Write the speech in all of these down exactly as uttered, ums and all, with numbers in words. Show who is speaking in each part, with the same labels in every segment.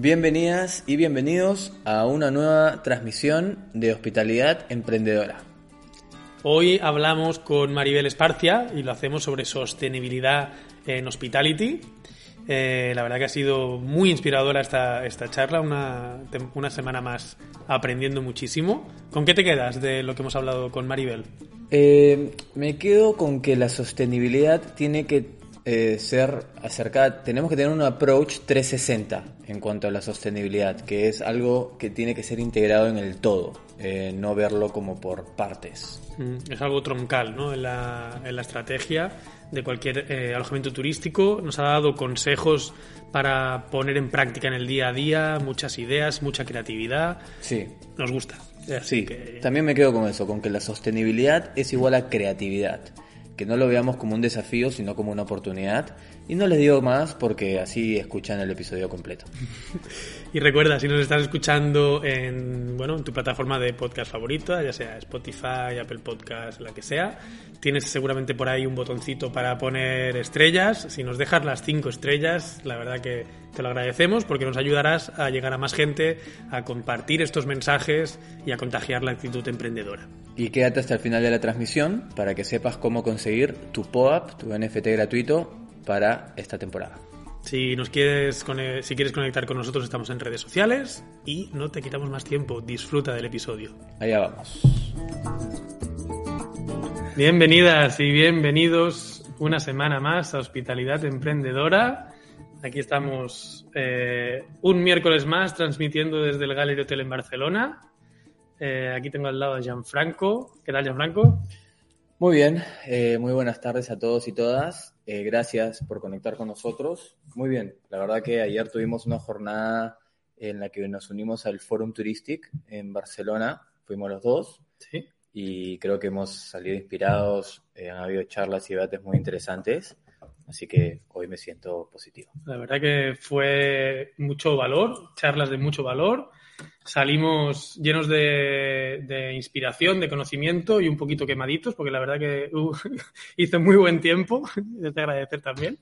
Speaker 1: Bienvenidas y bienvenidos a una nueva transmisión de Hospitalidad Emprendedora.
Speaker 2: Hoy hablamos con Maribel Esparcia y lo hacemos sobre sostenibilidad en hospitality. Eh, la verdad que ha sido muy inspiradora esta, esta charla, una, una semana más aprendiendo muchísimo. ¿Con qué te quedas de lo que hemos hablado con Maribel?
Speaker 1: Eh, me quedo con que la sostenibilidad tiene que eh, ser acercada, tenemos que tener un approach trescientos sesenta en cuanto a la sostenibilidad, que es algo que tiene que ser integrado en el todo, eh, no verlo como por partes.
Speaker 2: Es algo troncal, ¿no? en, la, en la estrategia de cualquier eh, alojamiento turístico. Nos ha dado consejos para poner en práctica en el día a día, muchas ideas, mucha creatividad.
Speaker 1: Sí.
Speaker 2: Nos gusta.
Speaker 1: Así sí,
Speaker 2: que...
Speaker 1: también me quedo con eso, con que la sostenibilidad es igual a creatividad. Que no lo veamos como un desafío, sino como una oportunidad. Y no les digo más porque así escuchan el episodio completo.
Speaker 2: Y recuerda, si nos estás escuchando en, bueno, en tu plataforma de podcast favorita, ya sea Spotify, Apple Podcast, la que sea, tienes seguramente por ahí un botoncito para poner estrellas. Si nos dejas las cinco estrellas, la verdad que te lo agradecemos porque nos ayudarás a llegar a más gente, a compartir estos mensajes y a contagiar la actitud emprendedora.
Speaker 1: Y quédate hasta el final de la transmisión para que sepas cómo conseguir tu P O A P, tu N F T gratuito para esta temporada.
Speaker 2: Si nos quieres, si quieres conectar con nosotros, estamos en redes sociales y no te quitamos más tiempo. Disfruta del episodio.
Speaker 1: Allá vamos.
Speaker 2: Bienvenidas y bienvenidos una semana más a Hospitalidad Emprendedora. Aquí estamos eh, un miércoles más transmitiendo desde el Gallery Hotel en Barcelona. Eh, aquí tengo al lado a Gianfranco. ¿Qué tal, Gianfranco?
Speaker 1: Muy bien, eh, muy buenas tardes a todos y todas. Eh, gracias por conectar con nosotros. Muy bien, la verdad que ayer tuvimos una jornada en la que nos unimos al Forum Touristic en Barcelona. Fuimos los dos.
Speaker 2: Sí.
Speaker 1: Y creo que hemos salido inspirados. Eh, han habido charlas y debates muy interesantes. Así que hoy me siento positivo.
Speaker 2: La verdad que fue mucho valor, charlas de mucho valor. Salimos llenos de, de inspiración, de conocimiento y un poquito quemaditos, porque la verdad que uh, hizo muy buen tiempo, es de agradecer también.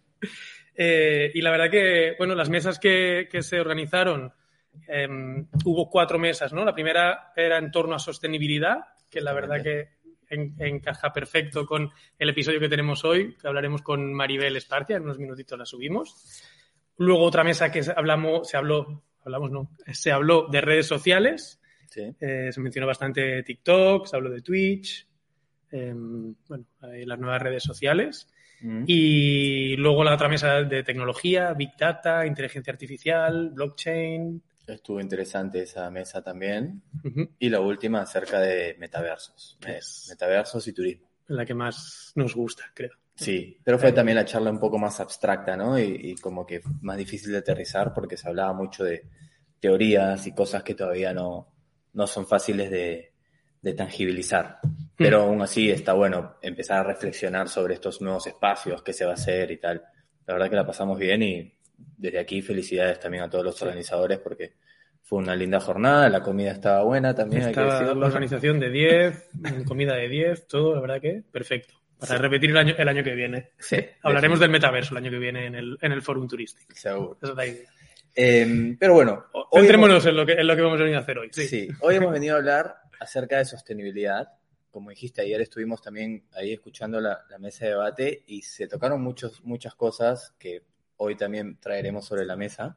Speaker 2: Eh, y la verdad que, bueno, las mesas que, que se organizaron, eh, hubo cuatro mesas, ¿no? La primera era en torno a sostenibilidad, que la verdad que en, encaja perfecto con el episodio que tenemos hoy, que hablaremos con Maribel Esparcia, en unos minutitos la subimos. Luego otra mesa que hablamos, se habló... Hablamos, no. Se habló de redes sociales.
Speaker 1: Sí.
Speaker 2: Eh, se mencionó bastante TikTok, se habló de Twitch, eh, bueno, las nuevas redes sociales. Mm. Y luego la otra mesa de tecnología, Big Data, inteligencia artificial, blockchain.
Speaker 1: Estuvo interesante esa mesa también.
Speaker 2: Uh-huh.
Speaker 1: Y la última acerca de metaversos.
Speaker 2: Es
Speaker 1: metaversos y turismo.
Speaker 2: La que más nos gusta, creo.
Speaker 1: Sí, pero fue también la charla un poco más abstracta, ¿no? Y, y como que más difícil de aterrizar porque se hablaba mucho de teorías y cosas que todavía no, no son fáciles de, de tangibilizar. Pero mm. aún así está bueno empezar a reflexionar sobre estos nuevos espacios, qué se va a hacer y tal. La verdad que la pasamos bien y desde aquí felicidades también a todos los sí. organizadores porque fue una linda jornada, la comida estaba buena también,
Speaker 2: estaba
Speaker 1: hay que decirlo.
Speaker 2: La organización de diez, comida de diez, todo, la verdad que perfecto. Para sí. repetir el año, el año que viene.
Speaker 1: Sí,
Speaker 2: hablaremos del metaverso el año que viene en el, en el Forum Turístico.
Speaker 1: Seguro.
Speaker 2: Esa es la idea.
Speaker 1: Eh, pero bueno.
Speaker 2: Centrémonos hemos... en, lo que, en lo que vamos a venir a hacer hoy.
Speaker 1: Sí. sí, hoy hemos venido a hablar acerca de sostenibilidad. Como dijiste, ayer estuvimos también ahí escuchando la, la mesa de debate y se tocaron muchos, muchas cosas que hoy también traeremos sobre la mesa.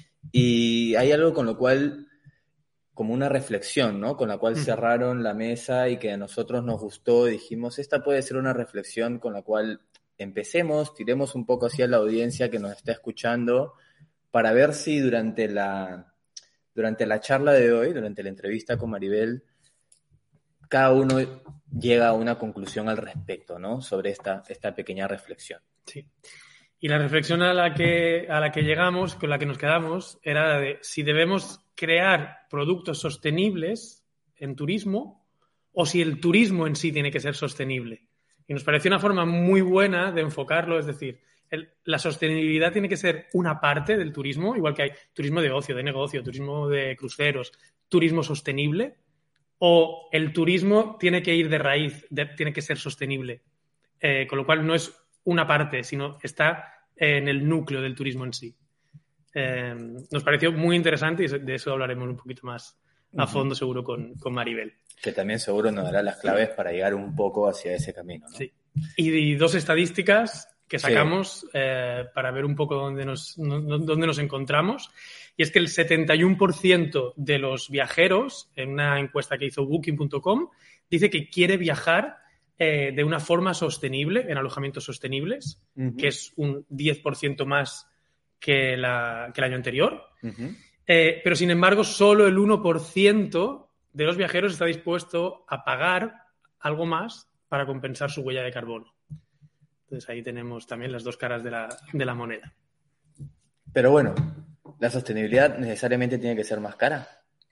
Speaker 1: Y hay algo con lo cual... como una reflexión, ¿no? Con la cual cerraron la mesa y que a nosotros nos gustó y dijimos, esta puede ser una reflexión con la cual empecemos, tiremos un poco hacia la audiencia que nos está escuchando para ver si durante la, durante la charla de hoy, durante la entrevista con Maribel, cada uno llega a una conclusión al respecto, ¿no? Sobre esta, esta pequeña reflexión.
Speaker 2: Sí. Y la reflexión a la que, a la que llegamos, con la que nos quedamos, era de si debemos crear productos sostenibles en turismo o si el turismo en sí tiene que ser sostenible. Y nos pareció una forma muy buena de enfocarlo, es decir, el, la sostenibilidad tiene que ser una parte del turismo, igual que hay turismo de ocio, de negocio, turismo de cruceros, turismo sostenible, o el turismo tiene que ir de raíz, de, tiene que ser sostenible. Eh, con lo cual no es una parte, sino está en el núcleo del turismo en sí. Eh, nos pareció muy interesante y de eso hablaremos un poquito más a fondo seguro con, con Maribel.
Speaker 1: Que también seguro nos dará las claves para llegar un poco hacia ese camino, ¿no?
Speaker 2: Sí. Y, y dos estadísticas que sacamos
Speaker 1: sí.
Speaker 2: eh, para ver un poco dónde nos, no, dónde nos encontramos. Y es que el setenta y uno por ciento de los viajeros, en una encuesta que hizo Booking punto com, dice que quiere viajar eh, de una forma sostenible, en alojamientos sostenibles, uh-huh. que es un diez por ciento más que, la, que el año anterior.
Speaker 1: Uh-huh.
Speaker 2: Eh, pero, sin embargo, solo el uno por ciento de los viajeros está dispuesto a pagar algo más para compensar su huella de carbono. Entonces, ahí tenemos también las dos caras de la, de la moneda.
Speaker 1: Pero bueno, ¿la sostenibilidad necesariamente tiene que ser más cara?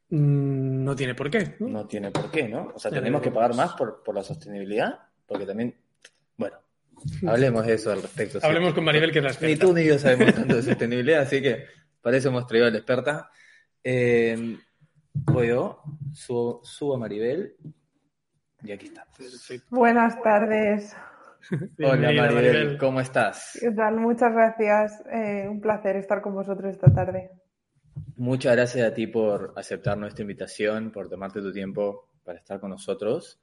Speaker 2: Mm, no tiene por qué, ¿no?
Speaker 1: No tiene por qué, ¿no? O sea, ¿tenemos que pagar más por, por la sostenibilidad? Porque también, bueno, hablemos de eso al respecto.
Speaker 2: Hablemos
Speaker 1: sí.
Speaker 2: con Maribel, que es la experta.
Speaker 1: Ni tú ni yo sabemos tanto de sostenibilidad, así que para eso hemos traído a la experta. Eh, Puedo, subo, subo a Maribel y aquí está.
Speaker 3: Buenas tardes.
Speaker 1: Hola Maribel, Maribel, ¿cómo estás?
Speaker 3: ¿Qué tal? Muchas gracias. Eh, un placer estar con vosotros esta tarde.
Speaker 1: Muchas gracias a ti por aceptar nuestra invitación, por tomarte tu tiempo para estar con nosotros.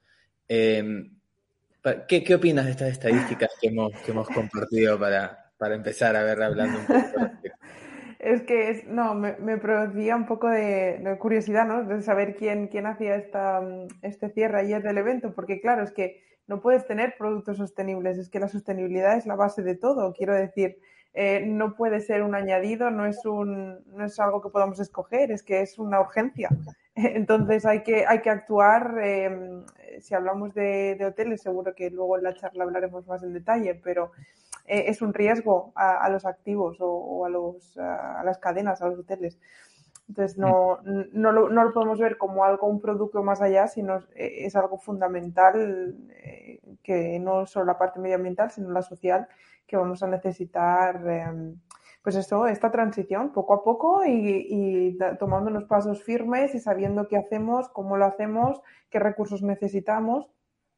Speaker 1: Eh, ¿qué, ¿Qué opinas de estas estadísticas que hemos, que hemos compartido para, para empezar a ver hablando un poco de
Speaker 3: Es que es, no, me, me producía un poco de, de curiosidad, ¿no? De saber quién, quién hacía esta, este cierre ayer del evento, porque claro, es que no puedes tener productos sostenibles, es que la sostenibilidad es la base de todo, quiero decir, eh, no puede ser un añadido, no es, un, no es algo que podamos escoger, es que es una urgencia. Entonces hay que, hay que actuar, eh, si hablamos de, de hoteles, seguro que luego en la charla hablaremos más en detalle, pero eh, es un riesgo a, a los activos o, o a, los, a, a las cadenas, a los hoteles. Entonces no, no, lo, no lo podemos ver como algo, un producto más allá, sino es algo fundamental, eh, que no solo la parte medioambiental, sino la social, que vamos a necesitar, eh, pues eso, esta transición poco a poco y, y tomando unos pasos firmes y sabiendo qué hacemos, cómo lo hacemos, qué recursos necesitamos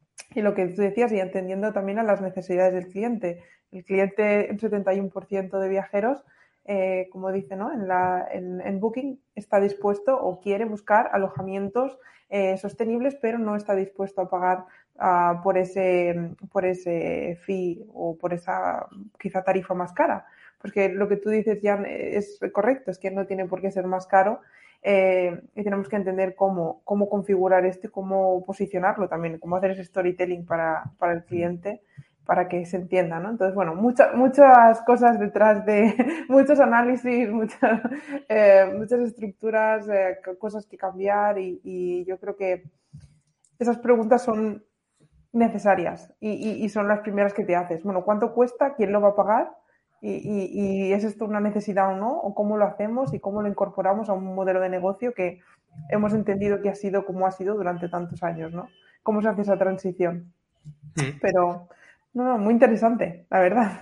Speaker 3: y lo que tú decías y entendiendo también a las necesidades del cliente. El cliente, el setenta y uno por ciento de viajeros, Eh, como dice, ¿no? En, la, en, en Booking está dispuesto o quiere buscar alojamientos eh, sostenibles, pero no está dispuesto a pagar uh, por ese por ese fee o por esa quizá tarifa más cara. Porque lo que tú dices, Jan, es correcto, es que no tiene por qué ser más caro eh, y tenemos que entender cómo, cómo configurar esto y cómo posicionarlo también, cómo hacer ese storytelling para, para el cliente, para que se entienda, ¿no? Entonces, bueno, muchas muchas cosas detrás de muchos análisis, muchas, eh, muchas estructuras, eh, cosas que cambiar y, y yo creo que esas preguntas son necesarias y, y, y son las primeras que te haces. Bueno, ¿cuánto cuesta? ¿Quién lo va a pagar? Y, y, y ¿es esto una necesidad o no? ¿O cómo lo hacemos y cómo lo incorporamos a un modelo de negocio que hemos entendido que ha sido como ha sido durante tantos años, ¿no? ¿Cómo se hace esa transición? Mm. Pero... No, no, muy interesante, la verdad.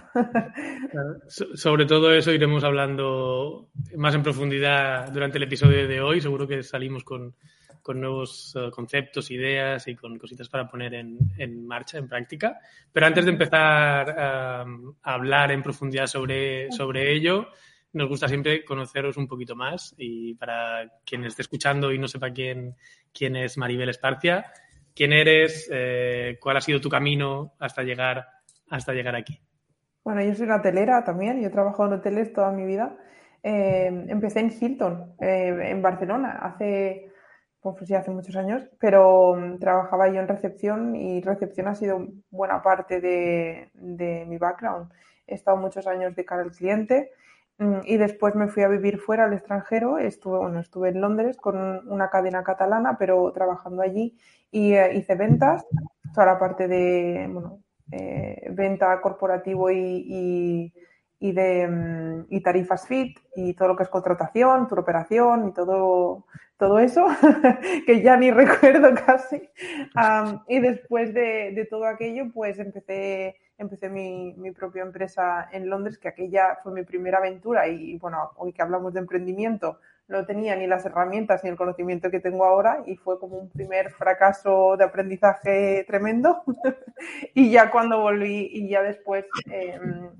Speaker 2: So- sobre todo eso iremos hablando más en profundidad durante el episodio de hoy. Seguro que salimos con, con nuevos uh, conceptos, ideas y con cositas para poner en, en marcha, en práctica. Pero antes de empezar uh, a hablar en profundidad sobre, sobre ello, nos gusta siempre conoceros un poquito más. Y para quien esté escuchando y no sepa quién, quién es Maribel Esparcia, ¿quién eres? Eh, ¿Cuál ha sido tu camino hasta llegar, hasta llegar aquí?
Speaker 3: Bueno, yo soy una hotelera también. Yo he trabajado en hoteles toda mi vida. Eh, empecé en Hilton, eh, en Barcelona, hace, pues sí, hace muchos años, pero um, trabajaba yo en recepción y recepción ha sido buena parte de, de mi background. He estado muchos años de cara al cliente um, y después me fui a vivir fuera al extranjero. Estuve, bueno, estuve en Londres con una cadena catalana, pero trabajando allí. Y eh, hice ventas, toda la parte de, bueno, eh, venta corporativo y, y, y de y tarifas fit y todo lo que es contratación, tour operación y todo, todo eso, que ya ni recuerdo casi. Um, y después de, de todo aquello, pues empecé, empecé mi, mi propia empresa en Londres, que aquella fue mi primera aventura y, bueno, hoy que hablamos de emprendimiento, no tenía ni las herramientas ni el conocimiento que tengo ahora y fue como un primer fracaso de aprendizaje tremendo. Y ya cuando volví y ya después eh,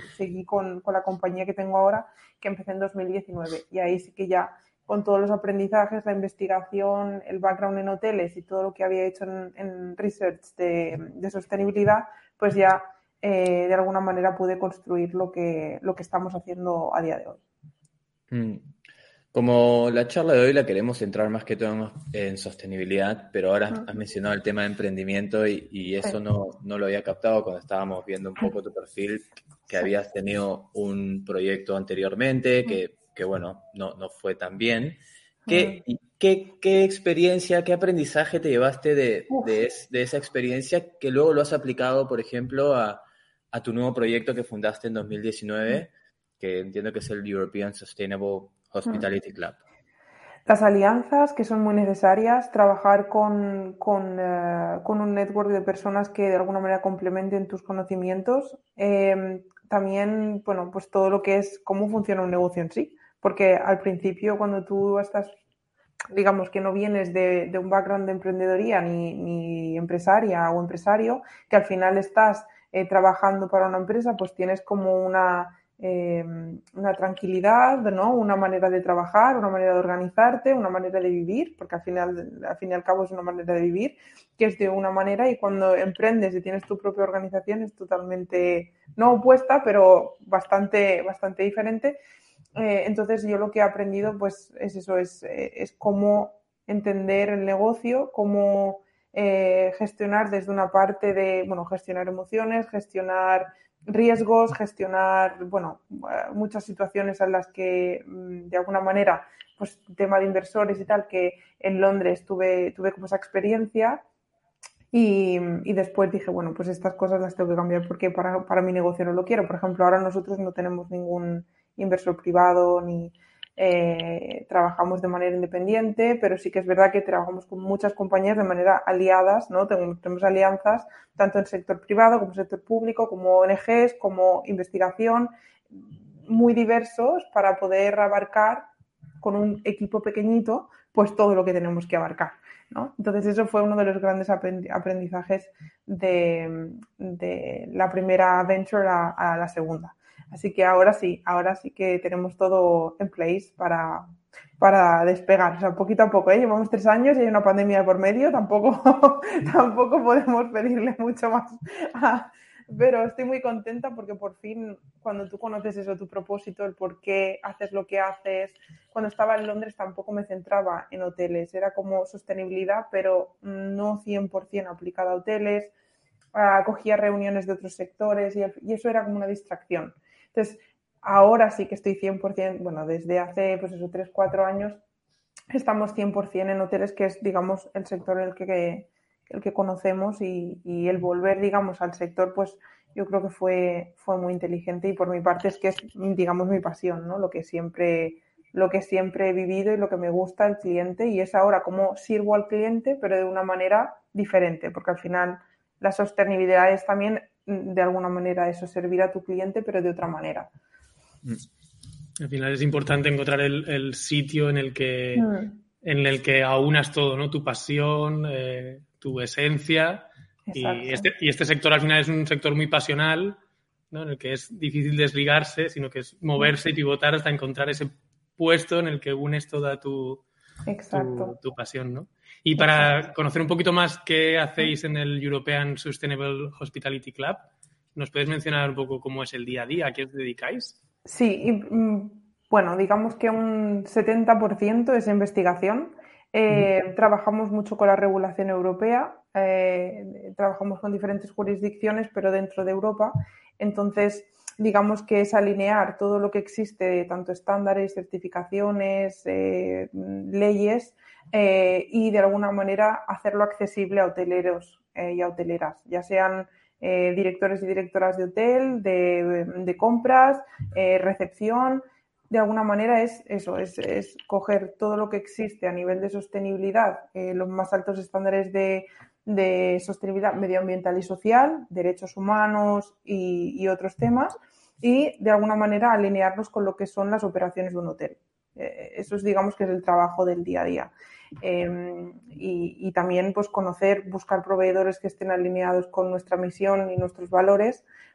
Speaker 3: seguí con, con la compañía que tengo ahora, que empecé en dos mil diecinueve. Y ahí sí que ya con todos los aprendizajes, la investigación, el background en hoteles y todo lo que había hecho en, en research de, de sostenibilidad, pues ya eh, de alguna manera pude construir lo que, lo que estamos haciendo a día de hoy.
Speaker 1: Mm. Como la charla de hoy la queremos centrar más que todo en, en sostenibilidad, pero ahora
Speaker 3: Mm.
Speaker 1: has mencionado el tema de emprendimiento y, y eso
Speaker 3: Sí.
Speaker 1: no, no lo había captado cuando estábamos viendo un poco tu perfil, que
Speaker 3: Sí.
Speaker 1: habías tenido un proyecto anteriormente que, que bueno, no, no fue tan bien. ¿Qué,
Speaker 3: Mm.
Speaker 1: qué, qué experiencia, qué aprendizaje te llevaste de,
Speaker 3: Uf.
Speaker 1: de, es- de esa experiencia que luego lo has aplicado, por ejemplo, a, a tu nuevo proyecto que fundaste en dos mil diecinueve, que entiendo que es el European Sustainable Hospitality Club?
Speaker 3: Las alianzas, que son muy necesarias, trabajar con, con, eh, con un network de personas que de alguna manera complementen tus conocimientos. Eh, también, bueno, pues todo lo que es cómo funciona un negocio en sí. Porque al principio, cuando tú estás, digamos que no vienes de, de un background de emprendedoría ni, ni empresaria o empresario, que al final estás eh, trabajando para una empresa, pues tienes como una... Eh, una tranquilidad, ¿no? Una manera de trabajar, una manera de organizarte, una manera de vivir, porque al final, al fin y al cabo es una manera de vivir, que es de una manera, y cuando emprendes y tienes tu propia organización es totalmente, no opuesta, pero bastante, bastante diferente. Eh, entonces yo lo que he aprendido pues es eso, es, eh, es cómo entender el negocio, cómo eh, gestionar desde una parte de, bueno, gestionar emociones, gestionar riesgos, gestionar, bueno, muchas situaciones en las que de alguna manera, pues tema de inversores y tal, que en Londres tuve, tuve como esa experiencia y, y después dije, bueno, pues estas cosas las tengo que cambiar porque para, para mi negocio no lo quiero. Por ejemplo, ahora nosotros no tenemos ningún inversor privado ni eh, trabajamos de manera independiente, pero sí que es verdad que trabajamos con muchas compañías de manera aliadas, ¿no? Tenemos, tenemos alianzas tanto en sector privado como sector público, como O N Ges, como investigación, muy diversos para poder abarcar con un equipo pequeñito, pues todo lo que tenemos que abarcar, ¿no? Entonces eso fue uno de los grandes aprendizajes de, de la primera venture a, a la segunda. Así que ahora sí, ahora sí que tenemos todo en place para, para despegar. O sea, poquito a poco, ¿eh? Llevamos tres años y hay una pandemia por medio, tampoco, tampoco podemos pedirle mucho más. A, pero estoy muy contenta porque por fin, cuando tú conoces eso, tu propósito, el por qué haces lo que haces. Cuando estaba en Londres tampoco me centraba en hoteles, era como sostenibilidad, pero no cien por ciento aplicada a hoteles. Acogía reuniones de otros sectores y, y eso era como una distracción. Entonces, ahora sí que estoy cien por ciento, bueno, desde hace pues eso, tres, cuatro años estamos cien por ciento en hoteles, que es, digamos, el sector en el que, el que conocemos y, y el volver, digamos, al sector, pues yo creo que fue, fue muy inteligente y por mi parte es que es, digamos, mi pasión, ¿no? Lo que siempre, lo que siempre he vivido y lo que me gusta el cliente y es ahora cómo sirvo al cliente, pero de una manera diferente, porque al final la sostenibilidad es también, de alguna manera, eso, servir a tu cliente, pero de otra manera.
Speaker 2: Al final es importante encontrar el, el sitio en el que
Speaker 3: Mm.
Speaker 2: en el que aunas todo, ¿no? Tu pasión, eh, tu esencia. Y este, y este sector al final es un sector muy pasional, ¿no? En el que es difícil desligarse, sino que es moverse y pivotar hasta encontrar ese puesto en el que unes toda tu, tu, tu pasión, ¿no? Y para
Speaker 3: Exacto.
Speaker 2: conocer un poquito más qué hacéis en el European Sustainable Hospitality Club, ¿nos puedes mencionar un poco cómo es el día a día? ¿A qué os dedicáis?
Speaker 3: Sí, y, bueno, digamos que un setenta por ciento es investigación. Eh, uh-huh. Trabajamos mucho con la regulación europea, eh, trabajamos con diferentes jurisdicciones, pero dentro de Europa. Entonces, digamos que es alinear todo lo que existe, tanto estándares, certificaciones, eh, leyes, eh, y de alguna manera hacerlo accesible a hoteleros eh, y a hoteleras, ya sean eh, directores y directoras de hotel, de, de compras, eh, recepción. De alguna manera es eso, es, es coger todo lo que existe a nivel de sostenibilidad, eh, los más altos estándares de, de sostenibilidad medioambiental y social, derechos humanos y, y otros temas, y de alguna manera alinearnos con lo que son las operaciones de un hotel. Eh, eso es, digamos, que es el trabajo del día a día. Eh, y, y también pues conocer, buscar proveedores que estén alineados con nuestra misión y nuestros valores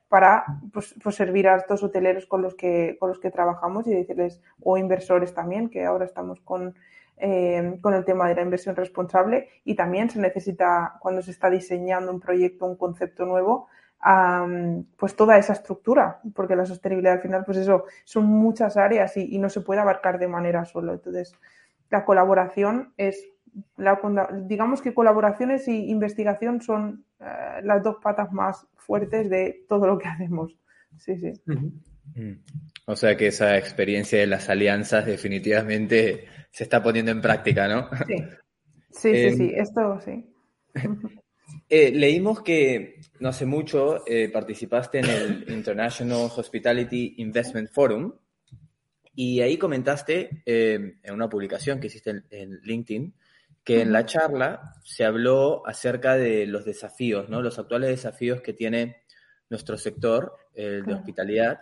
Speaker 3: para pues, pues servir a estos hoteleros con los que con los que trabajamos y decirles, o inversores también, que ahora estamos con, eh, con el tema de la inversión responsable, y también se necesita, cuando se está diseñando un proyecto, un concepto nuevo, Um, pues toda esa estructura, porque la sostenibilidad al final, pues eso, son muchas áreas y, y no se puede abarcar de manera solo. Entonces, la colaboración es, la, digamos que colaboraciones y investigación son uh, las dos patas más fuertes de todo lo que hacemos. Sí, sí.
Speaker 1: Uh-huh. O sea que esa experiencia de las alianzas definitivamente se está poniendo en práctica, ¿no?
Speaker 3: Sí, sí,
Speaker 1: eh,
Speaker 3: sí, sí, esto sí.
Speaker 1: Eh, leímos que no hace mucho eh, participaste en el International Hospitality Investment Forum y ahí comentaste eh, en una publicación que hiciste en, en LinkedIn que uh-huh. en la charla se habló acerca de los desafíos, ¿no? Los actuales desafíos que tiene nuestro sector eh, de hospitalidad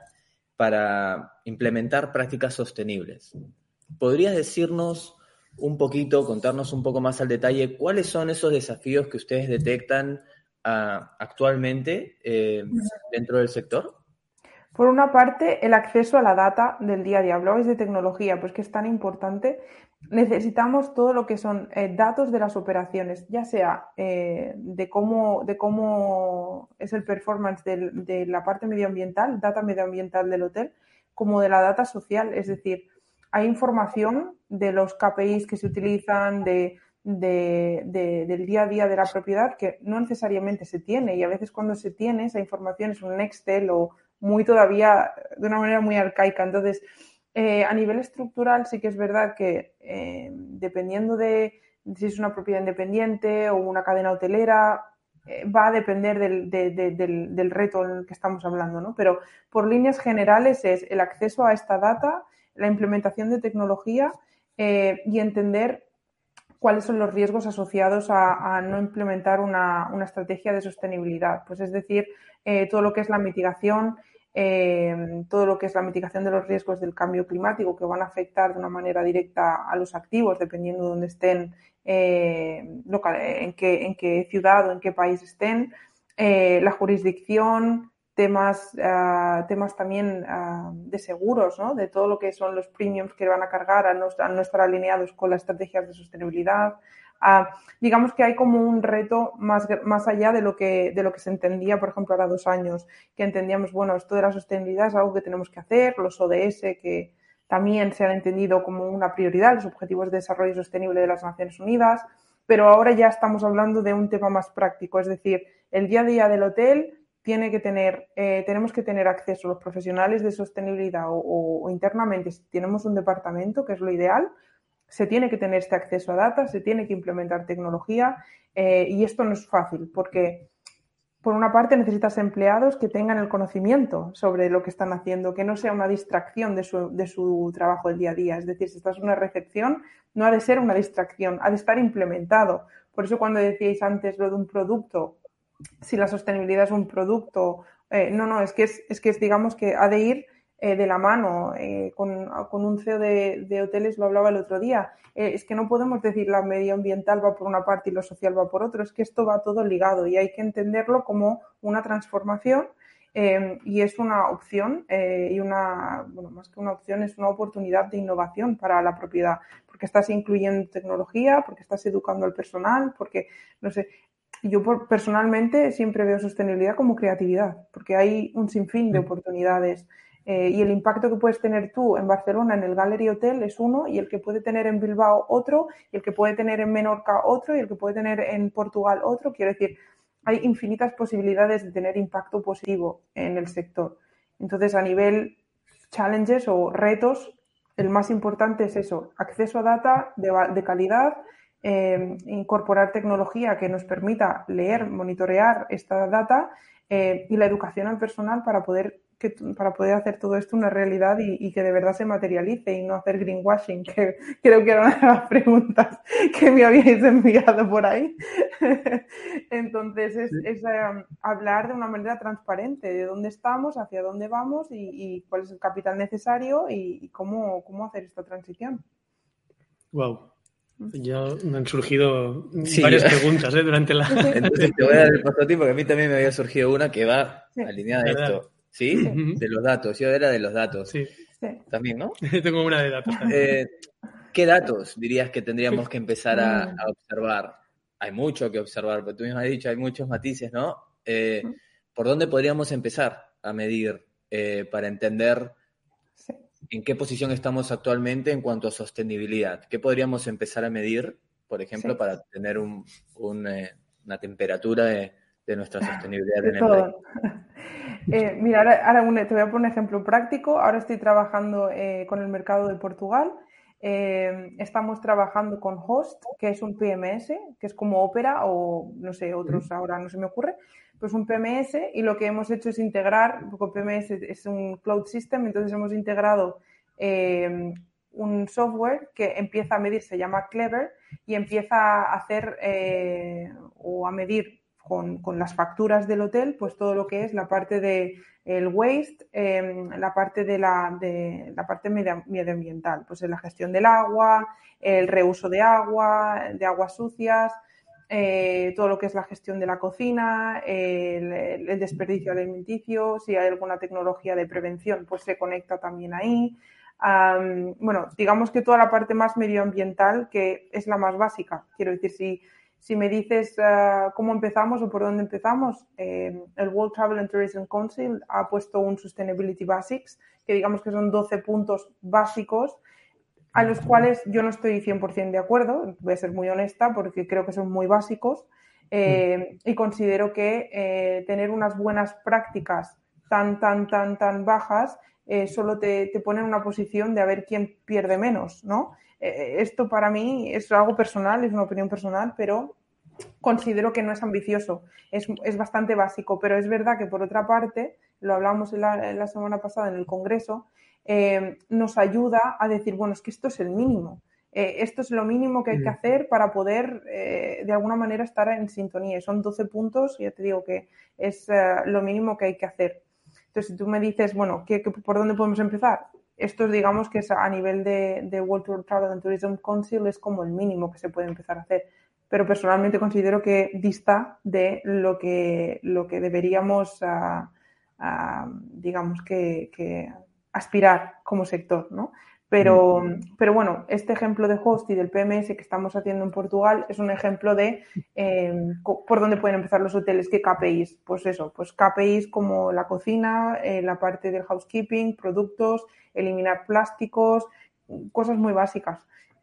Speaker 1: para implementar prácticas sostenibles. ¿Podrías decirnos un poquito, contarnos un poco más al detalle cuáles son esos desafíos que ustedes detectan uh, actualmente eh, dentro del sector?
Speaker 3: Por una parte, el acceso a la data del día a día. Hablabais de tecnología, pues que es tan importante. Necesitamos todo lo que son eh, datos de las operaciones, ya sea eh, de, cómo, de cómo es el performance del, de la parte medioambiental, data medioambiental del hotel, como de la data social. Es decir, hay información de los K P Is que se utilizan, de, de, de, del día a día de la propiedad, que no necesariamente se tiene. Y a veces cuando se tiene, esa información es un Excel o muy todavía de una manera muy arcaica. Entonces, eh, a nivel estructural sí que es verdad que eh, dependiendo de si es una propiedad independiente o una cadena hotelera, eh, va a depender del, de, de, del, del reto en el que estamos hablando, ¿no? Pero por líneas generales es el acceso a esta data, la implementación de tecnología eh, y entender cuáles son los riesgos asociados a, a no implementar una, una estrategia de sostenibilidad. Pues es decir, eh, todo lo que es la mitigación, eh, todo lo que es la mitigación de los riesgos del cambio climático que van a afectar de una manera directa a los activos, dependiendo de dónde estén, eh, local, en, qué, en qué ciudad o en qué país estén, eh, la jurisdicción, temas, uh, temas también uh, de seguros, ¿no? De todo lo que son los premiums que van a cargar a no, a no estar alineados con las estrategias de sostenibilidad. Uh, digamos que hay como un reto más, más allá de lo, que, de lo que se entendía, por ejemplo, ahora dos años, que entendíamos, bueno, esto de la sostenibilidad es algo que tenemos que hacer, los O D S que también se han entendido como una prioridad, los Objetivos de Desarrollo Sostenible de las Naciones Unidas, pero ahora ya estamos hablando de un tema más práctico, es decir, el día a día del hotel tiene que tener, eh, tenemos que tener acceso a los profesionales de sostenibilidad o, o, o internamente, si tenemos un departamento, que es lo ideal, se tiene que tener este acceso a data, se tiene que implementar tecnología eh, y esto no es fácil porque, por una parte, necesitas empleados que tengan el conocimiento sobre lo que están haciendo, que no sea una distracción de su, de su trabajo del día a día. Es decir, si estás en una recepción, no ha de ser una distracción, ha de estar implementado. Por eso cuando decíais antes lo de un producto, si la sostenibilidad es un producto, eh, no, no, es que es, es que es, digamos que ha de ir eh, de la mano. Eh, con, con un C E O de, de hoteles lo hablaba el otro día. Eh, es que no podemos decir la medioambiental va por una parte y lo social va por otro. Es que esto va todo ligado y hay que entenderlo como una transformación eh, y es una opción eh, y una, bueno, más que una opción, es una oportunidad de innovación para la propiedad, porque estás incluyendo tecnología, porque estás educando al personal, porque, no sé. Yo personalmente siempre veo sostenibilidad como creatividad, porque hay un sinfín de oportunidades eh, y el impacto que puedes tener tú en Barcelona en el Gallery Hotel es uno y el que puede tener en Bilbao otro y el que puede tener en Menorca otro y el que puede tener en Portugal otro. Quiero decir, hay infinitas posibilidades de tener impacto positivo en el sector. Entonces, a nivel challenges o retos, el más importante es eso, acceso a data de, de calidad, Eh, incorporar tecnología que nos permita leer, monitorear esta data eh, y la educación al personal para poder, que, para poder hacer todo esto una realidad y, y que de verdad se materialice y no hacer greenwashing, que creo que era una de las preguntas que me habíais enviado por ahí. Entonces es, es eh, hablar de una manera transparente de dónde estamos, hacia dónde vamos y, y cuál es el capital necesario y, y cómo, cómo hacer esta transición.
Speaker 2: Wow. Yo me han surgido
Speaker 1: Sí.
Speaker 2: varias preguntas ¿eh? durante la...
Speaker 1: Entonces te voy a dar el paso a ti porque a mí también me había surgido una que va
Speaker 3: Sí.
Speaker 1: alineada a
Speaker 2: ¿Verdad?
Speaker 1: esto. ¿Sí?
Speaker 2: Ujú.
Speaker 1: De los datos. Yo era de los datos.
Speaker 2: Sí,
Speaker 3: Sí.
Speaker 1: También, ¿no?
Speaker 2: tengo una de datos también.
Speaker 1: Eh, ¿Qué datos dirías que tendríamos que empezar a,
Speaker 3: Mm.
Speaker 1: a observar? Hay mucho que observar, pero tú mismo has dicho, hay muchos matices, ¿no? Eh, ¿Por dónde podríamos empezar a medir eh, para entender
Speaker 3: Sí.
Speaker 1: en qué posición estamos actualmente en cuanto a sostenibilidad? ¿Qué podríamos empezar a medir, por ejemplo,
Speaker 3: Sí.
Speaker 1: para tener un, un, eh, una temperatura de, de nuestra sostenibilidad
Speaker 3: De
Speaker 1: en la empresa?
Speaker 3: todo. Eh, mira, ahora, ahora un- te voy a poner un ejemplo práctico. Ahora estoy trabajando eh, con el mercado de Portugal. Eh, estamos trabajando con Host, que es un P M S, que es como Opera o no sé, otros ahora no se me ocurre. Pues un P M S y lo que hemos hecho es integrar, porque P M S es un cloud system, entonces hemos integrado eh, un software que empieza a medir, se llama Clever, y empieza a hacer eh, o a medir con, con, las facturas del hotel, pues todo lo que es la parte de el waste, eh, la parte de la, de, la parte medio, medioambiental, pues en la gestión del agua, el reuso de agua, de aguas sucias, eh, todo lo que es la gestión de la cocina, el, el desperdicio alimenticio, si hay alguna tecnología de prevención, pues se conecta también ahí. Um, bueno, digamos que toda la parte más medioambiental, que es la más básica. Quiero decir, si Si me dices uh, cómo empezamos o por dónde empezamos, eh, el World Travel and Tourism Council ha puesto un Sustainability Basics, que digamos que son doce puntos básicos, a los cuales yo no estoy cien por ciento de acuerdo, voy a ser muy honesta porque creo que son muy básicos, eh, y considero que eh, tener unas buenas prácticas tan, tan, tan, tan bajas eh, solo te, te pone en una posición de a ver quién pierde menos, ¿no? Eh, esto para mí es algo personal, es una opinión personal, pero considero que no es ambicioso, es, es bastante básico, pero es verdad que por otra parte, lo hablamos en la, en la semana pasada en el Congreso, eh, nos ayuda a decir, bueno, es que esto es el mínimo, eh, esto es lo mínimo que hay que hacer para poder eh, de alguna manera estar en sintonía. Y son doce puntos, ya te digo que es eh, lo mínimo que hay que hacer. Entonces, si tú me dices, bueno, ¿qué, qué, ¿por dónde podemos empezar? Esto, digamos, que es a nivel de, de World Travel and Tourism Council es como el mínimo que se puede empezar a hacer. Pero personalmente considero que dista de lo que, lo que deberíamos, uh, uh, digamos, que, que aspirar como sector, ¿no? Pero, pero bueno, este ejemplo de Host y del P M S que estamos haciendo en Portugal es un ejemplo de eh, por dónde pueden empezar los hoteles, qué K P Is. Pues eso, pues K P Is como la cocina, eh, la parte del housekeeping, productos, eliminar plásticos, cosas muy básicas.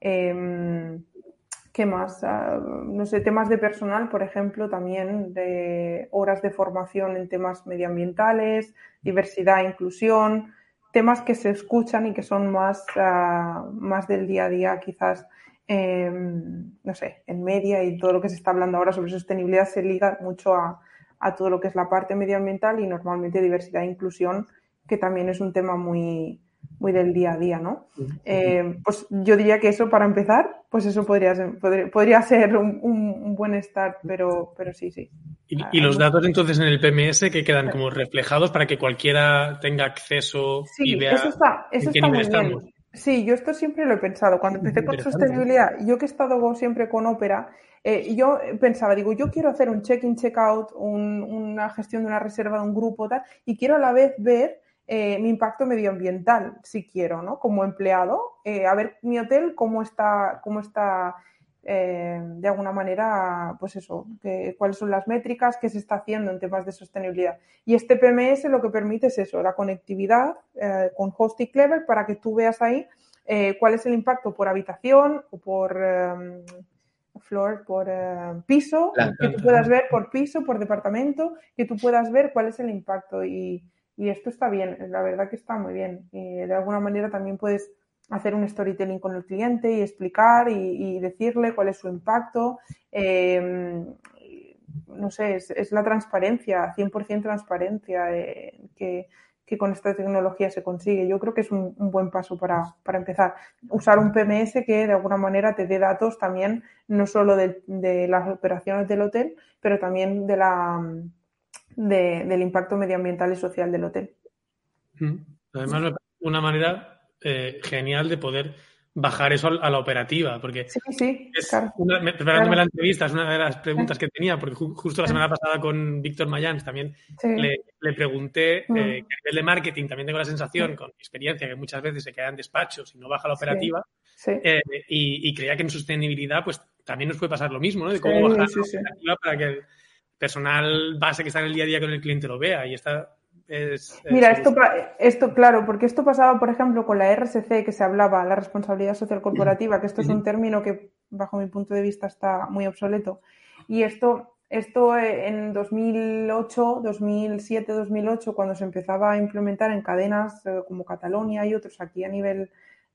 Speaker 3: Eh, ¿Qué más? Uh, no sé, temas de personal, por ejemplo, también de horas de formación en temas medioambientales, diversidad e inclusión, temas que se escuchan y que son más, uh, más del día a día, quizás, eh, no sé, en media y todo lo que se está hablando ahora sobre sostenibilidad se liga mucho a, a todo lo que es la parte medioambiental y normalmente diversidad e inclusión, que también es un tema muy, muy del día a día, ¿no? Eh, pues yo diría que eso, para empezar, pues eso podría ser, podría, podría ser un, un buen start, pero, pero sí, sí.
Speaker 2: ¿Y, y los datos entonces en el P M S que quedan como reflejados para que cualquiera tenga acceso
Speaker 3: sí,
Speaker 2: y vea
Speaker 3: eso está, eso
Speaker 2: en qué
Speaker 3: está
Speaker 2: nivel
Speaker 3: muy
Speaker 2: estamos?
Speaker 3: bien. Sí, yo esto siempre lo he pensado. Cuando empecé con
Speaker 2: Interesante.
Speaker 3: sostenibilidad, yo que he estado siempre con Opera, eh, yo pensaba, digo, yo quiero hacer un check-in, check-out, un, una gestión de una reserva de un grupo, tal, y quiero a la vez ver eh, mi impacto medioambiental, si quiero, ¿no? Como empleado, eh, a ver mi hotel cómo está, cómo está eh, de alguna manera, pues eso, que, cuáles son las métricas, qué se está haciendo en temas de sostenibilidad. Y este P M S lo que permite es eso, la conectividad eh, con Host y Clever para que tú veas ahí eh, cuál es el impacto por habitación o por eh, floor, por eh, piso,
Speaker 1: Claro,
Speaker 3: que tú puedas ver por piso, por departamento, que tú puedas ver cuál es el impacto. Y, y esto está bien, la verdad que está muy bien. Y de alguna manera también puedes hacer un storytelling con el cliente y explicar y, y decirle cuál es su impacto. Eh, no sé, es, es la transparencia, cien por ciento transparencia eh, que, que con esta tecnología se consigue. Yo creo que es un, un buen paso para, para empezar. Usar un P M S que de alguna manera te dé datos también, no solo de, de las operaciones del hotel, pero también de la, de, del impacto medioambiental y social del hotel.
Speaker 2: Además, una manera eh, genial de poder bajar eso a la operativa, porque
Speaker 3: sí, sí,
Speaker 2: es
Speaker 3: claro,
Speaker 2: una, preparándome
Speaker 3: claro.
Speaker 2: la entrevista, es una de las preguntas que tenía, porque ju justo la semana pasada con Víctor Mayans también
Speaker 3: sí.
Speaker 2: le, le pregunté
Speaker 3: Mm.
Speaker 2: eh, que a nivel de marketing también tengo la sensación,
Speaker 3: Sí.
Speaker 2: con mi experiencia, que muchas veces se quedan despachos y no baja la
Speaker 3: Sí,
Speaker 2: operativa,
Speaker 3: sí.
Speaker 2: eh, y, y creía que en sostenibilidad pues también nos puede pasar lo mismo, ¿no? De cómo
Speaker 3: Sí,
Speaker 2: bajar
Speaker 3: sí,
Speaker 2: la
Speaker 3: sí.
Speaker 2: operativa para que el personal base que está en el día a día con el cliente lo vea, y esta es eh,
Speaker 3: Mira, esto,
Speaker 2: solución.
Speaker 3: pa- esto, claro, porque esto pasaba, por ejemplo, con la R S C, que se hablaba, la responsabilidad social corporativa, que esto es un término que, bajo mi punto de vista, está muy obsoleto. Y esto, esto eh, en dos mil ocho, dos mil siete, dos mil ocho, cuando se empezaba a implementar en cadenas eh, como Catalonia y otros aquí a nivel,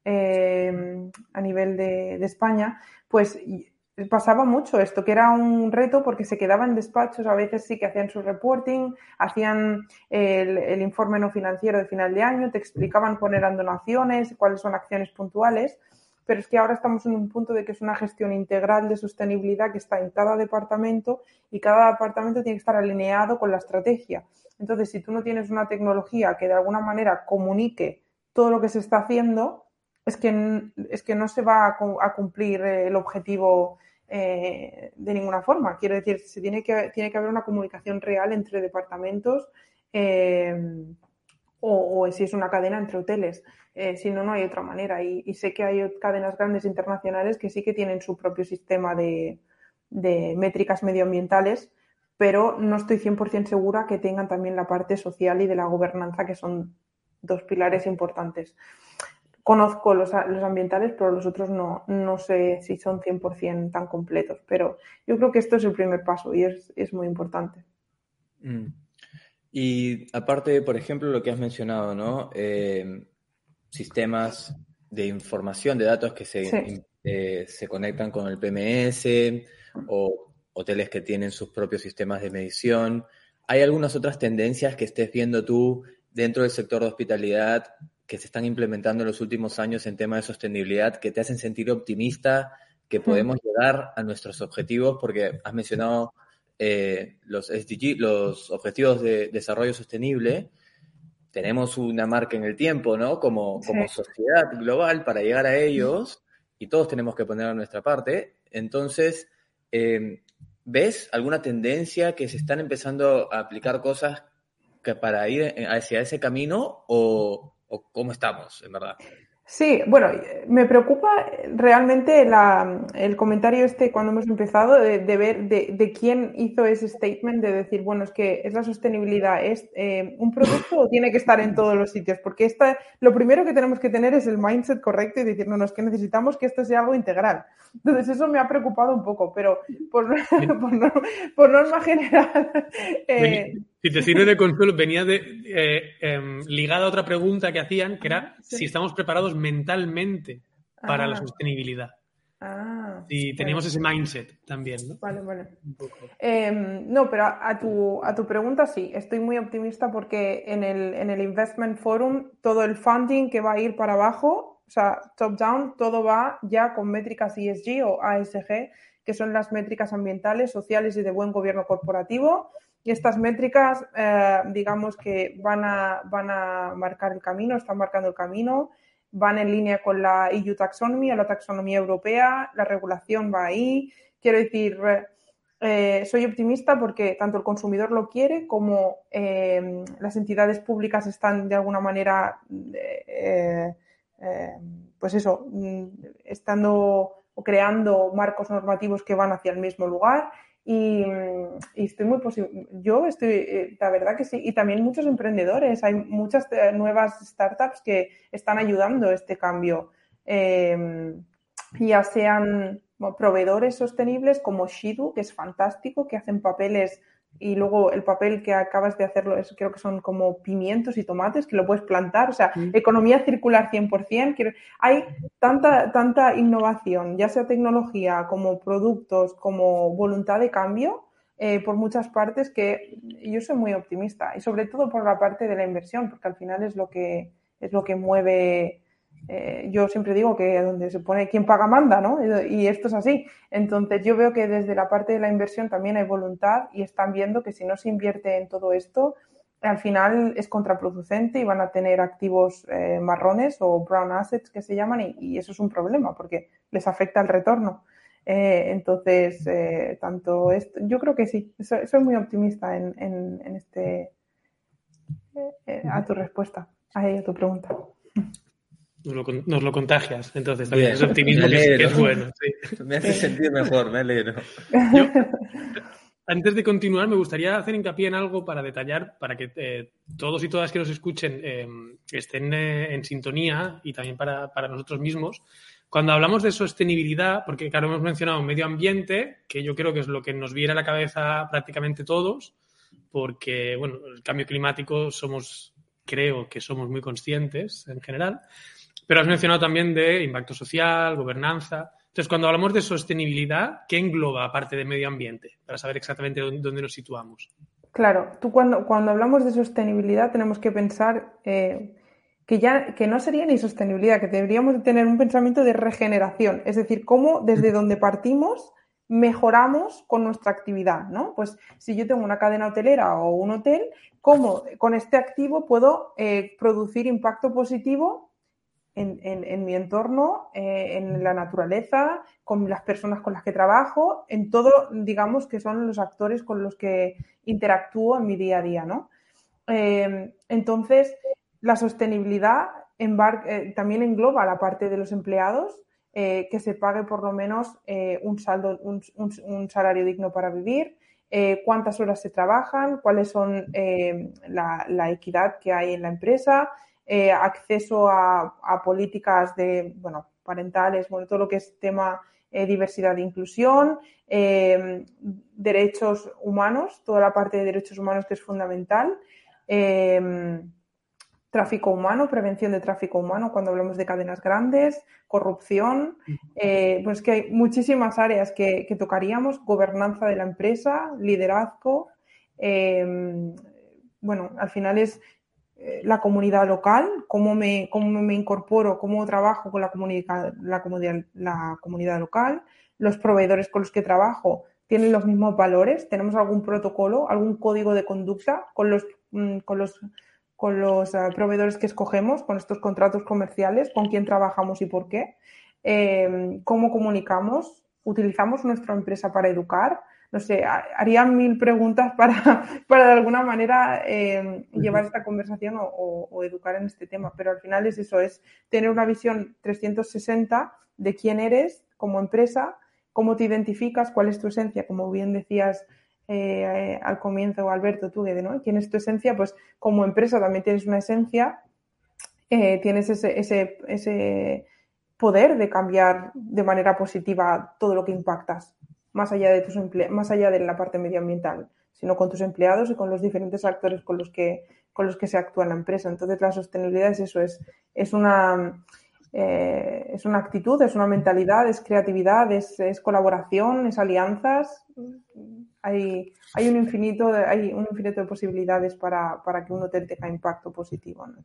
Speaker 3: eh, a nivel de, de España, pues pasaba mucho esto, que era un reto porque se quedaban en despachos, a veces sí que hacían su reporting, hacían el, el informe no financiero de final de año, te explicaban cuáles eran donaciones, cuáles son acciones puntuales, pero es que ahora estamos en un punto de que es una gestión integral de sostenibilidad que está en cada departamento y cada departamento tiene que estar alineado con la estrategia. Entonces, si tú no tienes una tecnología que de alguna manera comunique todo lo que se está haciendo, es que, es que no se va a, a cumplir el objetivo eh, de ninguna forma. Quiero decir, se tiene que, tiene que haber una comunicación real entre departamentos eh, o, o si es una cadena entre hoteles. Eh, si no, no hay otra manera. Y, y sé que hay cadenas grandes internacionales que sí que tienen su propio sistema de, de métricas medioambientales, pero no estoy cien por ciento segura que tengan también la parte social y de la gobernanza, que son dos pilares importantes. Conozco los, los ambientales, pero los otros no, no sé si son cien por ciento tan completos. Pero yo creo que esto es el primer paso y es, es muy importante.
Speaker 1: Mm. Y aparte, por ejemplo, lo que has mencionado, ¿no? Eh, sistemas de información de datos que se,
Speaker 3: Sí.
Speaker 1: eh, se conectan con el P M S o hoteles que tienen sus propios sistemas de medición. ¿Hay algunas otras tendencias que estés viendo tú dentro del sector de hospitalidad que se están implementando en los últimos años en temas de sostenibilidad que te hacen sentir optimista que podemos mm. llegar a nuestros objetivos? Porque has mencionado eh, los S D G, los Objetivos de Desarrollo Sostenible. Tenemos una marca en el tiempo, ¿no? Como, como sí. sociedad global para llegar a ellos y todos tenemos que poner nuestra parte. Entonces, eh, ¿ves alguna tendencia que se están empezando a aplicar cosas que para ir hacia ese camino o, o cómo estamos, en verdad?
Speaker 3: Sí, bueno, me preocupa realmente la, el comentario este cuando hemos empezado de, de ver de, de quién hizo ese statement de decir, bueno, es que es la sostenibilidad, ¿es eh, un producto o tiene que estar en todos los sitios? Porque esta, lo primero que tenemos que tener es el mindset correcto y decir, no, no, es que necesitamos que esto sea algo integral. Entonces eso me ha preocupado un poco, pero por, por, no, por norma general... Eh,
Speaker 2: si te sirve de consuelo, venía de, eh, eh, ligada a otra pregunta que hacían, que era
Speaker 3: sí.
Speaker 2: si estamos preparados mentalmente para
Speaker 3: ah,
Speaker 2: la sostenibilidad.
Speaker 3: Ah,
Speaker 2: si teníamos
Speaker 3: bueno.
Speaker 2: ese mindset también, ¿no?
Speaker 3: Vale, vale. Eh, no, pero a, a, tu, a tu pregunta sí, estoy muy optimista porque en el, en el Investment Forum todo el funding que va a ir para abajo, o sea, top-down, todo va ya con métricas E S G o A S G, que son las métricas ambientales, sociales y de buen gobierno corporativo. Y estas métricas, eh, digamos que van a, van a marcar el camino, están marcando el camino, van en línea con la E U Taxonomy o la taxonomía europea, la regulación va ahí. Quiero decir, eh, soy optimista porque tanto el consumidor lo quiere como eh, las entidades públicas están de alguna manera, eh, eh, pues eso, estando o creando marcos normativos que van hacia el mismo lugar. Y, y estoy muy posible. Yo estoy, la verdad que sí, y también muchos emprendedores, hay muchas nuevas startups que están ayudando a este cambio, eh, ya sean bueno, proveedores sostenibles como Shidu, que es fantástico, que hacen papeles y luego el papel que acabas de hacerlo es, creo que son como pimientos y tomates que lo puedes plantar, o sea, mm. economía circular cien por ciento. Hay tanta, tanta innovación, ya sea tecnología, como productos, como voluntad de cambio, eh, por muchas partes que yo soy muy optimista y sobre todo por la parte de la inversión, porque al final es lo que, es lo que mueve. Eh, yo siempre digo que donde se pone quien paga manda, ¿no? Y esto es así. Entonces yo veo que desde la parte de la inversión también hay voluntad y están viendo que si no se invierte en todo esto, al final es contraproducente y van a tener activos eh, marrones o brown assets que se llaman y, y eso es un problema porque les afecta el retorno. Eh, entonces, eh, tanto esto, yo creo que sí, soy, soy muy optimista en, en, en este eh, a tu respuesta, a, a tu pregunta.
Speaker 2: Nos lo, nos lo contagias, entonces también
Speaker 1: Bien,
Speaker 2: es optimismo que es, que es bueno. Sí.
Speaker 1: Me hace sentir mejor, me alegro.
Speaker 2: Yo, antes de continuar, me gustaría hacer hincapié en algo para detallar, para que eh, todos y todas que nos escuchen eh, estén eh, en sintonía y también para, para nosotros mismos. Cuando hablamos de sostenibilidad, porque claro, hemos mencionado medio ambiente, que yo creo que es lo que nos viene a la cabeza prácticamente todos, porque, bueno, el cambio climático somos, creo que somos muy conscientes en general, pero has mencionado también de impacto social, gobernanza. Entonces, cuando hablamos de sostenibilidad, ¿qué engloba aparte de medio ambiente? Para saber exactamente dónde, dónde nos situamos.
Speaker 3: Claro, tú cuando, cuando hablamos de sostenibilidad tenemos que pensar eh, que ya que no sería ni sostenibilidad, que deberíamos de tener un pensamiento de regeneración, es decir, cómo desde donde partimos mejoramos con nuestra actividad, ¿no? Pues si yo tengo una cadena hotelera o un hotel, ¿cómo con este activo puedo eh, producir impacto positivo En, en, en mi entorno, eh, en la naturaleza, con las personas con las que trabajo, en todo, digamos, que son los actores con los que interactúo en mi día a día, ¿no? Eh, entonces, la sostenibilidad embar- eh, también engloba la parte de los empleados, eh, que se pague por lo menos eh, un, saldo, un, un, un salario digno para vivir, eh, cuántas horas se trabajan, cuáles son eh, la, la equidad que hay en la empresa, Eh, acceso a, a políticas de, bueno, parentales, bueno, todo lo que es tema eh, diversidad e inclusión, eh, derechos humanos, toda la parte de derechos humanos que es fundamental, eh, tráfico humano, prevención de tráfico humano cuando hablamos de cadenas grandes, corrupción, eh, pues que hay muchísimas áreas que, que tocaríamos, gobernanza de la empresa, liderazgo, eh, bueno, al final es la comunidad local, cómo me, cómo me incorporo, cómo trabajo con la comunidad, la comunidad, la comunidad local, los proveedores con los que trabajo tienen los mismos valores, tenemos algún protocolo, algún código de conducta con los, con los, con los uh, proveedores que escogemos, con estos contratos comerciales, con quién trabajamos y por qué, eh, cómo comunicamos, utilizamos nuestra empresa para educar. No sé, haría mil preguntas para, para de alguna manera eh, llevar esta conversación o, o, o educar en este tema, pero al final es eso, es tener una visión trescientos sesenta de quién eres como empresa, cómo te identificas, cuál es tu esencia, como bien decías eh, eh, al comienzo, Alberto, tú, ¿no? ¿Quién es tu esencia? Pues como empresa también tienes una esencia, eh, tienes ese, ese, ese poder de cambiar de manera positiva todo lo que impactas. Más allá de tus emple- más allá de la parte medioambiental, sino con tus empleados y con los diferentes actores con los que, con los que se actúa en la empresa. Entonces, la sostenibilidad es eso, es, es, una, eh, es una actitud, es una mentalidad, es creatividad, es, es colaboración, es alianzas. Hay, hay, un infinito de, hay un infinito de posibilidades para, para que un hotel tenga impacto positivo, ¿no?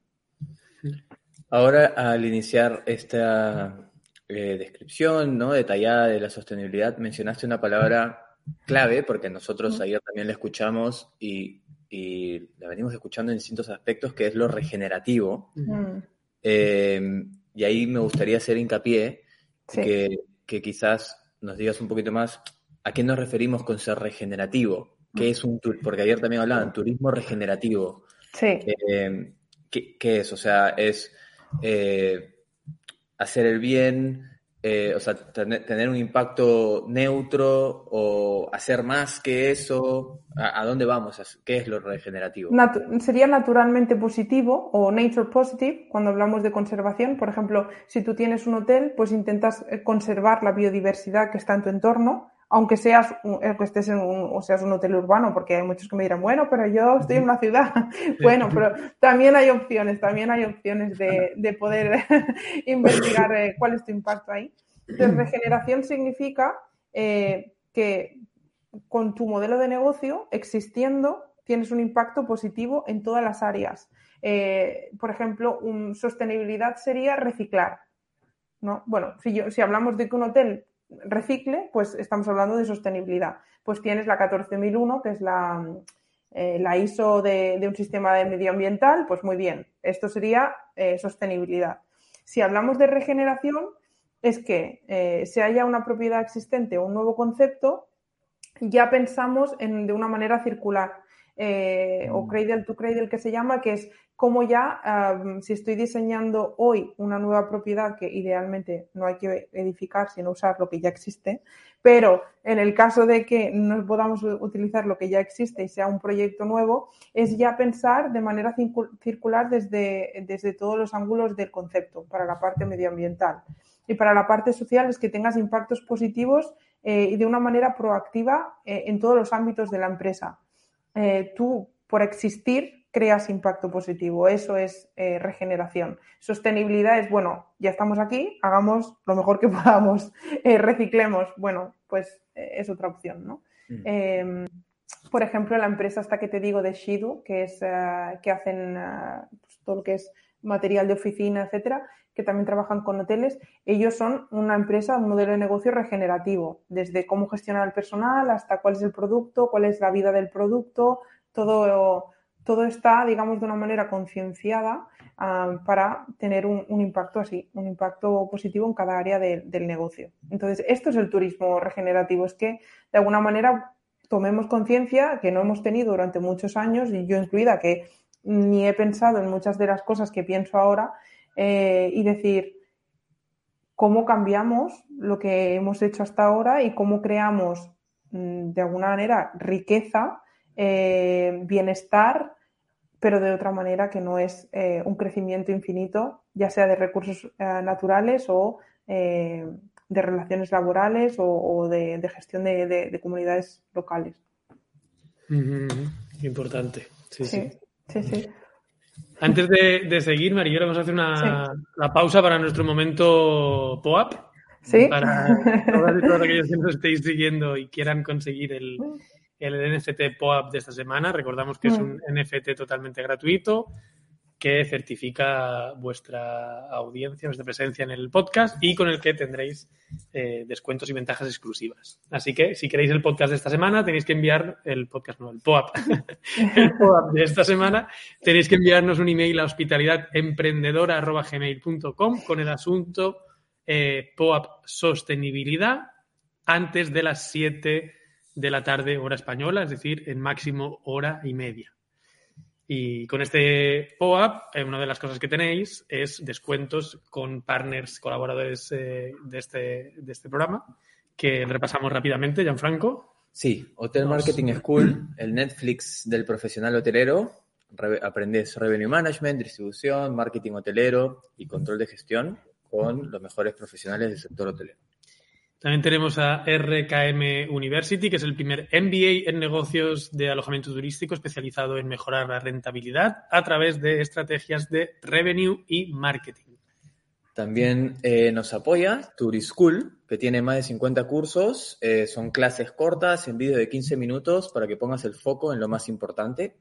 Speaker 1: Ahora, al iniciar esta Eh, descripción, ¿no?, detallada de la sostenibilidad, mencionaste una palabra clave, porque nosotros ayer también la escuchamos y, y la venimos escuchando en distintos aspectos, que es lo regenerativo. Mm. Eh, y ahí me gustaría hacer hincapié, sí. que, que quizás nos digas un poquito más a qué nos referimos con ser regenerativo. ¿Qué es un tur- Porque ayer también hablaban turismo regenerativo. Sí. Eh, ¿qué, ¿Qué es? O sea, es... Eh, hacer el bien, eh, o sea, ten- tener un impacto neutro o hacer más que eso. ¿A, a dónde vamos? ¿Qué es lo regenerativo?
Speaker 3: Natu- sería naturalmente positivo o nature positive cuando hablamos de conservación. Por ejemplo, si tú tienes un hotel, pues intentas conservar la biodiversidad que está en tu entorno, aunque seas un, que estés en un, o seas un hotel urbano, porque hay muchos que me dirán, bueno, pero yo estoy en una ciudad. Bueno, pero también hay opciones, también hay opciones de, de poder investigar eh, cuál es tu impacto ahí. Entonces, regeneración significa eh, que con tu modelo de negocio existiendo tienes un impacto positivo en todas las áreas. Eh, por ejemplo, un, sostenibilidad sería reciclar, ¿no? Bueno, si, yo, si hablamos de que un hotel recicle, pues estamos hablando de sostenibilidad. Pues tienes la catorce mil uno, que es la, eh, la I S O de, de un sistema de medioambiental, pues muy bien, esto sería eh, sostenibilidad. Si hablamos de regeneración, es que eh, se haya una propiedad existente o un nuevo concepto, ya pensamos en, de una manera circular. Eh, o cradle to cradle que se llama, que es como ya, um, si estoy diseñando hoy una nueva propiedad, que idealmente no hay que edificar sino usar lo que ya existe, pero en el caso de que no podamos utilizar lo que ya existe y sea un proyecto nuevo, es ya pensar de manera circular desde, desde todos los ángulos del concepto, para la parte medioambiental. Y para la parte social es que tengas impactos positivos eh, y de una manera proactiva eh, en todos los ámbitos de la empresa. Eh, tú, por existir, creas impacto positivo. Eso es eh, regeneración. Sostenibilidad es, bueno, ya estamos aquí, hagamos lo mejor que podamos, eh, reciclemos. Bueno, pues eh, es otra opción, ¿no? Mm. Eh, por ejemplo, la empresa esta que te digo de Shidu, que es uh, que hacen uh, pues, todo lo que es material de oficina, etcétera, que también trabajan con hoteles, ellos son una empresa, un modelo de negocio regenerativo, desde cómo gestionar el personal hasta cuál es el producto, cuál es la vida del producto, todo, todo está, digamos, de una manera concienciada uh, para tener un, un impacto así, un impacto positivo en cada área de, del negocio. Entonces, esto es el turismo regenerativo, es que de alguna manera tomemos conciencia que no hemos tenido durante muchos años, y yo incluida, que ni he pensado en muchas de las cosas que pienso ahora, eh, y decir cómo cambiamos lo que hemos hecho hasta ahora y cómo creamos mmm, de alguna manera riqueza, eh, bienestar, pero de otra manera que no es eh, un crecimiento infinito, ya sea de recursos eh, naturales o eh, de relaciones laborales o, o de, de gestión de, de, de comunidades locales.
Speaker 2: Mm-hmm. Importante, sí, sí.
Speaker 3: Sí, sí. sí.
Speaker 2: Antes de, de seguir, Maribel, vamos a hacer una sí. la pausa para nuestro momento P O A P.
Speaker 3: ¿Sí?
Speaker 2: Para todas y todos aquellos que nos estéis siguiendo y quieran conseguir el, el N F T P O A P de esta semana. Recordamos que es un N F T totalmente gratuito que certifica vuestra audiencia, vuestra presencia en el podcast y con el que tendréis eh, descuentos y ventajas exclusivas. Así que, si queréis el podcast de esta semana, tenéis que enviar el podcast, no, el P O A P. El P O A P de esta semana, tenéis que enviarnos un email a hospitalidademprendedora arroba gmail punto com con el asunto eh, P O A P Sostenibilidad antes de las siete de la tarde, hora española, es decir, en máximo hora y media. Y con este P O A P, eh, una de las cosas que tenéis es descuentos con partners, colaboradores eh, de, este, de este programa, que repasamos rápidamente, Gianfranco.
Speaker 1: Sí, Hotel Marketing School, el Netflix del profesional hotelero. Re- aprendes Revenue Management, distribución, marketing hotelero y control de gestión con los mejores profesionales del sector hotelero.
Speaker 2: También tenemos a R K M University, que es el primer M B A en negocios de alojamiento turístico especializado en mejorar la rentabilidad a través de estrategias de revenue y marketing.
Speaker 1: También eh, nos apoya Turischool, que tiene más de cincuenta cursos. Eh, son clases cortas en vídeo de quince minutos para que pongas el foco en lo más importante.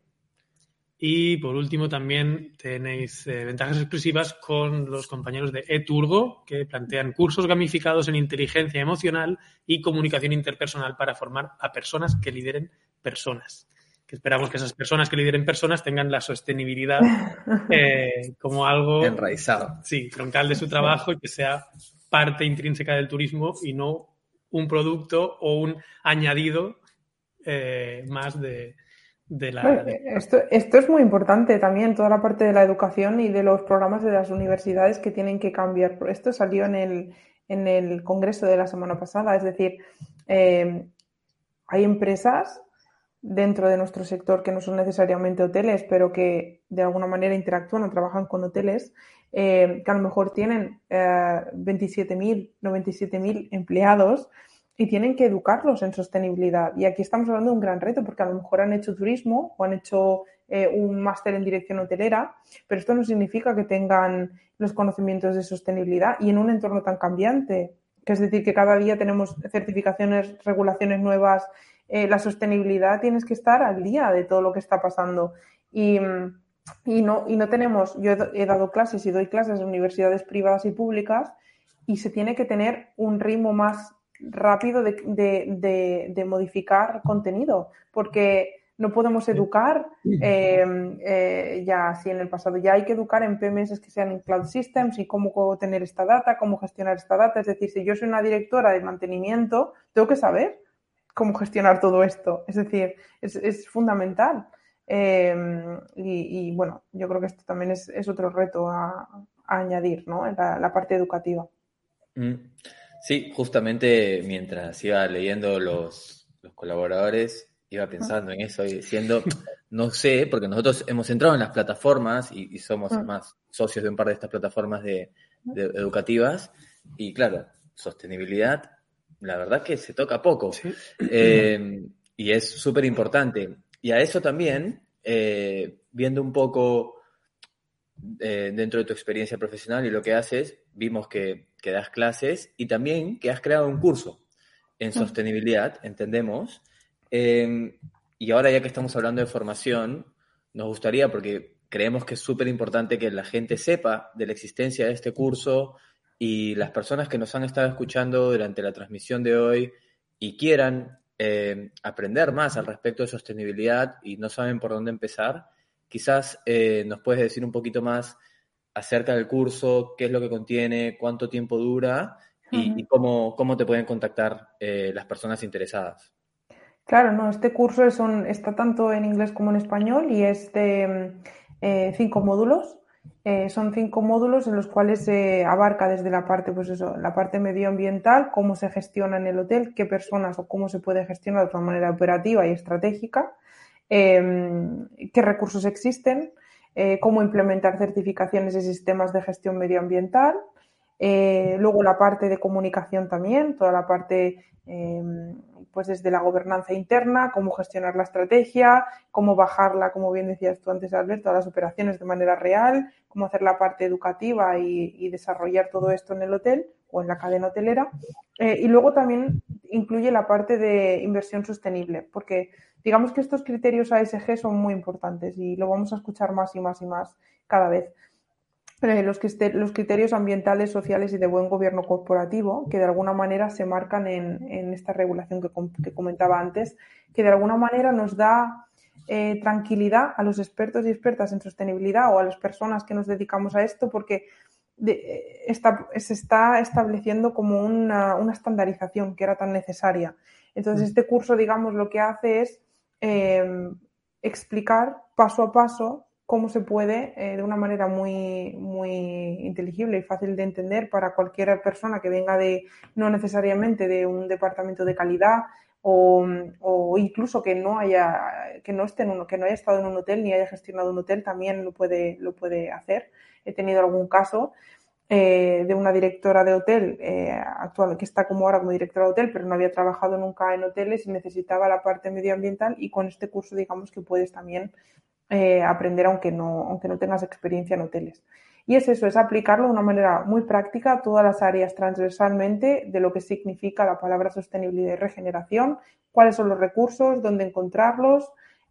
Speaker 2: Y por último también tenéis eh, ventajas exclusivas con los compañeros de eTurgo, que plantean cursos gamificados en inteligencia emocional y comunicación interpersonal para formar a personas que lideren personas. Que esperamos que esas personas que lideren personas tengan la sostenibilidad eh, como algo
Speaker 1: enraizado.
Speaker 2: Sí, troncal de su trabajo y que sea parte intrínseca del turismo y no un producto o un añadido eh, más de... De la,
Speaker 3: bueno,
Speaker 2: de...
Speaker 3: esto, esto es muy importante también, toda la parte de la educación y de los programas de las universidades que tienen que cambiar. Esto salió en el, en el congreso de la semana pasada, es decir, eh, hay empresas dentro de nuestro sector que no son necesariamente hoteles, pero que de alguna manera interactúan o trabajan con hoteles, eh, que a lo mejor tienen eh, veintisiete mil, noventa y siete mil empleados y tienen que educarlos en sostenibilidad. Y aquí estamos hablando de un gran reto, porque a lo mejor han hecho turismo o han hecho eh, un máster en dirección hotelera, pero esto no significa que tengan los conocimientos de sostenibilidad y en un entorno tan cambiante, que es decir, que cada día tenemos certificaciones, regulaciones nuevas. Eh, la sostenibilidad tienes que estar al día de todo lo que está pasando. Y, y, no, y no tenemos, yo he, he dado clases y doy clases en universidades privadas y públicas y se tiene que tener un ritmo más rápido de, de, de, de modificar contenido, porque No podemos educar eh, eh, ya así en el pasado. Ya hay que educar en P M S que sean en Cloud Systems y cómo tener esta data, cómo gestionar esta data. Es decir, si yo soy una directora de mantenimiento, tengo que saber cómo gestionar todo esto. Es decir, es, es fundamental. Eh, y, y, bueno, yo creo que esto también es, es otro reto a, a añadir, ¿no? En la, la parte educativa.
Speaker 1: Sí, justamente mientras iba leyendo los, los colaboradores, iba pensando en eso y diciendo, no sé, porque nosotros hemos entrado en las plataformas y, y somos más socios de un par de estas plataformas de, de educativas, y claro, sostenibilidad, la verdad que se toca poco.
Speaker 2: Sí.
Speaker 1: Eh, y es súper importante. Y a eso también, eh, viendo un poco eh, dentro de tu experiencia profesional y lo que haces, vimos que, que das clases y también que has creado un curso en sostenibilidad, entendemos. Eh, y ahora ya que estamos hablando de formación, nos gustaría, porque creemos que es súper importante que la gente sepa de la existencia de este curso, y las personas que nos han estado escuchando durante la transmisión de hoy y quieran eh, aprender más al respecto de sostenibilidad y no saben por dónde empezar, quizás eh, nos puedes decir un poquito más acerca del curso, qué es lo que contiene, cuánto tiempo dura y, uh-huh. y cómo, cómo te pueden contactar eh, las personas interesadas.
Speaker 3: Claro, no, este curso es un, está tanto en inglés como en español y es de eh, cinco módulos. Eh, son cinco módulos en los cuales se abarca desde la parte, pues eso, la parte medioambiental, cómo se gestiona en el hotel, qué personas o cómo se puede gestionar de una manera operativa y estratégica, eh, qué recursos existen, eh, cómo implementar certificaciones y sistemas de gestión medioambiental, eh, luego la parte de comunicación también, toda la parte eh, pues desde la gobernanza interna, cómo gestionar la estrategia, cómo bajarla, como bien decías tú antes, Alberto, a las operaciones de manera real, cómo hacer la parte educativa y, y desarrollar todo esto en el hotel o en la cadena hotelera. Eh, y luego también incluye la parte de inversión sostenible, porque digamos que estos criterios A S G son muy importantes y lo vamos a escuchar más y más y más cada vez. Los, los criterios ambientales, sociales y de buen gobierno corporativo, que de alguna manera se marcan en, en esta regulación que, que comentaba antes, que de alguna manera nos da eh, tranquilidad a los expertos y expertas en sostenibilidad o a las personas que nos dedicamos a esto, porque de, está, se está estableciendo como una, una estandarización que era tan necesaria. Entonces, este curso, digamos, lo que hace es eh, explicar paso a paso cómo se puede, eh, de una manera muy, muy inteligible y fácil de entender para cualquier persona que venga de, no necesariamente de un departamento de calidad o, o incluso que no haya, que no esté en un, que no haya estado en un hotel ni haya gestionado un hotel, también lo puede, lo puede hacer. He tenido algún caso eh, de una directora de hotel eh, actual, que está como ahora como directora de hotel, pero no había trabajado nunca en hoteles y necesitaba la parte medioambiental, y con este curso digamos que puedes también Eh, aprender aunque no, aunque no tengas experiencia en hoteles. Y es eso, es aplicarlo de una manera muy práctica a todas las áreas transversalmente de lo que significa la palabra sostenibilidad y regeneración, cuáles son los recursos, dónde encontrarlos,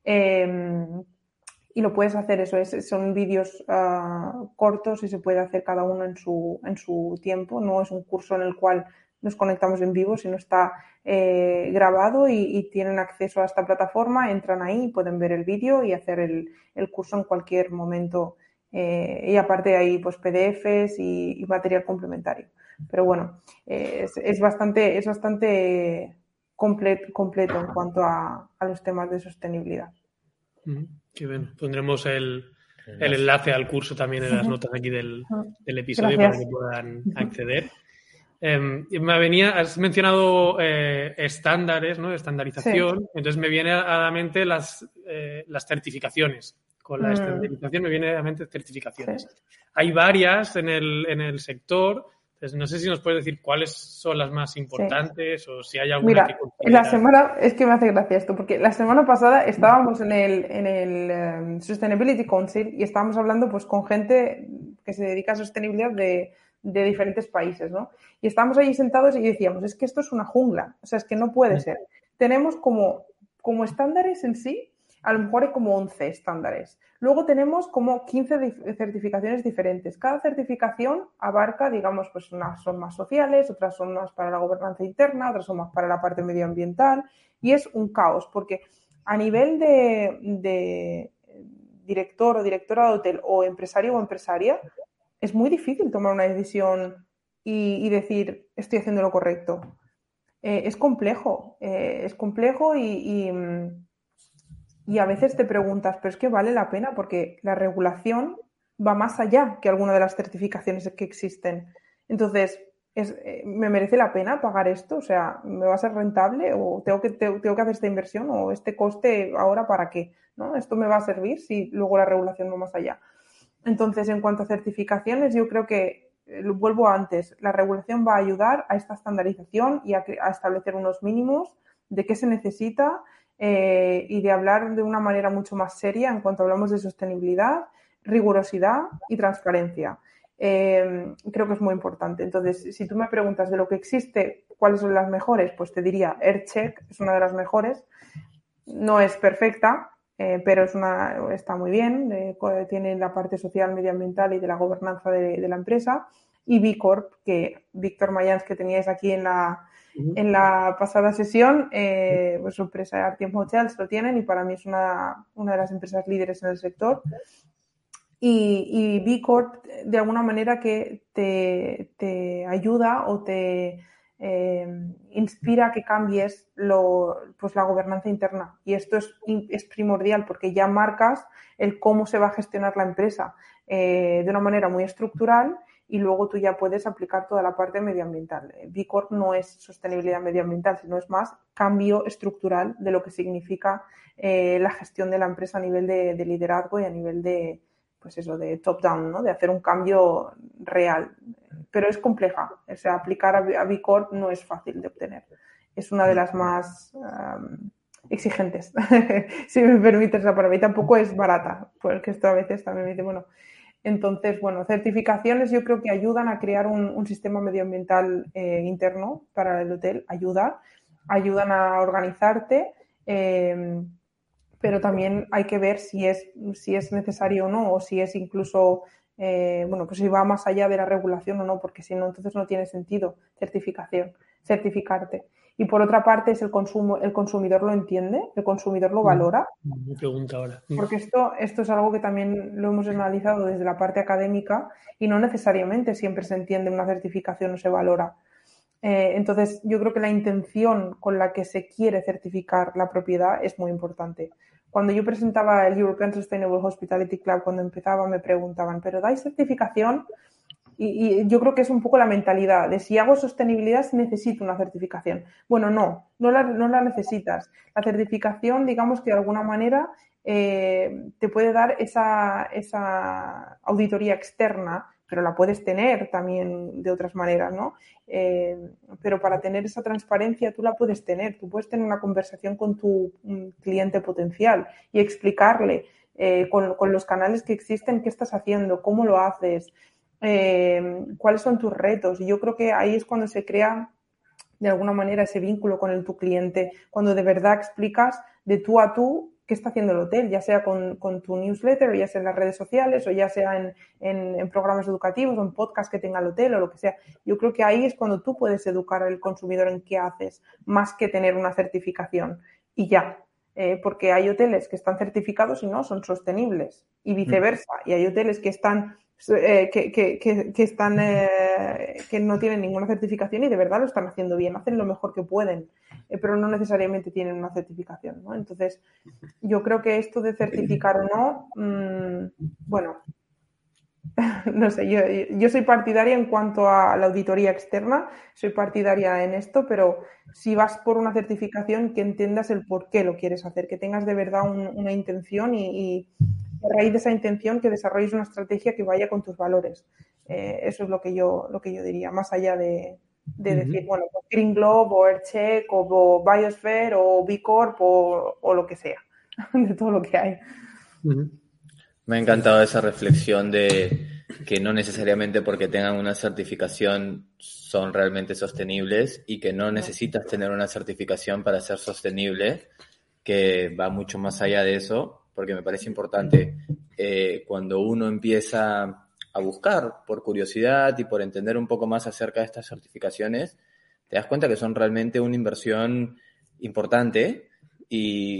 Speaker 3: eh, y lo puedes hacer, eso es, son vídeos uh, cortos y se puede hacer cada uno en su, en su tiempo, no es un curso en el cual nos conectamos en vivo, sino está eh, grabado y, y tienen acceso a esta plataforma, entran ahí y pueden ver el vídeo y hacer el, el curso en cualquier momento. Eh, y aparte hay pues P D Fs y, y material complementario. Pero bueno, eh, es, es bastante, es bastante completo, completo en cuanto a, a los temas de sostenibilidad.
Speaker 2: Mm, qué bien. Pondremos el, el enlace al curso también en las notas aquí del, del episodio. Gracias. Para que puedan acceder. Eh, me venía, has mencionado eh, estándares, ¿no? Estandarización, sí. Entonces me viene a la mente las, eh, las certificaciones. Con la mm. estandarización me viene a la mente certificaciones. Sí. Hay varias en el, en el sector, entonces no sé si nos puedes decir cuáles son las más importantes, sí. O si hay alguna.
Speaker 3: Mira,
Speaker 2: que
Speaker 3: considera... la semana, es que me hace gracia esto, porque la semana pasada estábamos en el, en el um, Sustainability Council y estábamos hablando pues con gente que se dedica a sostenibilidad de de diferentes países, ¿no? Y estábamos allí sentados y decíamos, es que esto es una jungla, o sea, es que no puede ser. Tenemos como, como estándares en sí, a lo mejor hay como once estándares. Luego tenemos como quince certificaciones diferentes. Cada certificación abarca, digamos, pues unas son más sociales, otras son más para la gobernanza interna, otras son más para la parte medioambiental, y es un caos, porque A nivel de, de director o directora de hotel o empresario o empresaria, es muy difícil tomar una decisión y, y decir, estoy haciendo lo correcto. Eh, es complejo, eh, es complejo y, y, y a veces te preguntas, pero es que vale la pena porque la regulación va más allá que alguna de las certificaciones que existen. Entonces, es, eh, ¿me merece la pena pagar esto? O sea, ¿me va a ser rentable o tengo que, tengo, tengo que hacer esta inversión o este coste ahora para qué? ¿No? ¿Esto me va a servir si luego la regulación va más allá? Entonces, en cuanto a certificaciones, yo creo que, eh, vuelvo antes, la regulación va a ayudar a esta estandarización y a, a establecer unos mínimos de qué se necesita eh, y de hablar de una manera mucho más seria en cuanto hablamos de sostenibilidad, rigurosidad y transparencia. Eh, creo que es muy importante. Entonces, si tú me preguntas de lo que existe, ¿cuáles son las mejores? Pues te diría AirCheck es una de las mejores. No es perfecta, eh, pero es una, está muy bien. Eh, tiene la parte social, medioambiental y de la gobernanza de, de la empresa. Y B Corp, que Víctor Mayans, que teníais aquí en la, uh-huh. en la pasada sesión, eh, pues su empresa Artium Hotels lo tienen y para mí es una, una de las empresas líderes en el sector. Y, y B Corp, de alguna manera, que te, te ayuda o te eh, inspira a que cambies lo, pues la gobernanza interna. Y esto es, es primordial porque ya marcas el cómo se va a gestionar la empresa eh, de una manera muy estructural y luego tú ya puedes aplicar toda la parte medioambiental. B Corp no es sostenibilidad medioambiental, sino es más cambio estructural de lo que significa eh, la gestión de la empresa a nivel de, de liderazgo y a nivel de pues eso, de top-down, ¿no? De hacer un cambio real. Pero es compleja. O sea, aplicar a B Corp no es fácil de obtener. Es una de las más um, exigentes, si me permites la palabra. Y tampoco es barata, porque esto a veces también me dice, bueno... Entonces, bueno, certificaciones yo creo que ayudan a crear un, un sistema medioambiental eh, interno para el hotel, ayuda, ayudan a organizarte, eh, pero también hay que ver si es, si es necesario o no, o si es incluso, eh, bueno, pues si va más allá de la regulación o no, porque si no, entonces no tiene sentido certificación, certificarte. Y por otra parte es el consumo, el consumidor lo entiende, el consumidor lo valora.
Speaker 2: Me pregunta ahora.
Speaker 3: Porque esto, esto es algo que también lo hemos analizado desde la parte académica y no necesariamente siempre se entiende una certificación o se valora. Eh, entonces, yo creo que la intención con la que se quiere certificar la propiedad es muy importante. Cuando yo presentaba el European Sustainable Hospitality Club, cuando empezaba, me preguntaban, ¿pero dais certificación? Y, y yo creo que es un poco la mentalidad de si hago sostenibilidad necesito una certificación. Bueno, no, no la, no la necesitas. La certificación, digamos que de alguna manera eh, te puede dar esa, esa auditoría externa, pero la puedes tener también de otras maneras, ¿no? Eh, pero para tener esa transparencia tú la puedes tener. Tú puedes tener una conversación con tu cliente potencial y explicarle eh, con, con los canales que existen qué estás haciendo, cómo lo haces, Eh, cuáles son tus retos. Y yo creo que ahí es cuando se crea de alguna manera ese vínculo con el, tu cliente, cuando de verdad explicas de tú a tú qué está haciendo el hotel, ya sea con, con tu newsletter, o ya sea en las redes sociales, o ya sea en, en, en programas educativos, o en podcast que tenga el hotel, o lo que sea. Yo creo que ahí es cuando tú puedes educar al consumidor en qué haces, más que tener una certificación. Y ya. Eh, porque hay hoteles que están certificados y no son sostenibles. Y viceversa. Y hay hoteles que están Eh, que, que, que, que están eh, que no tienen ninguna certificación y de verdad lo están haciendo bien, hacen lo mejor que pueden, eh, pero no necesariamente tienen una certificación, ¿no? Entonces, yo creo que esto de certificar o no, mmm, bueno, no sé, yo, yo soy partidaria en cuanto a la auditoría externa, soy partidaria en esto, pero si vas por una certificación, que entiendas el por qué lo quieres hacer, que tengas de verdad un, una intención y, y a raíz de esa intención que desarrolles una estrategia que vaya con tus valores. Eh, eso es lo que yo, lo que yo diría, más allá de, de uh-huh. decir, bueno, pues Green Globe o AirCheck o, o Biosphere o B Corp o, o lo que sea, de todo lo que hay.
Speaker 1: Uh-huh. Me ha encantado esa reflexión de que no necesariamente porque tengan una certificación son realmente sostenibles y que no necesitas tener una certificación para ser sostenible, que va mucho más allá de eso. Porque me parece importante eh, cuando uno empieza a buscar por curiosidad y por entender un poco más acerca de estas certificaciones, te das cuenta que son realmente una inversión importante y,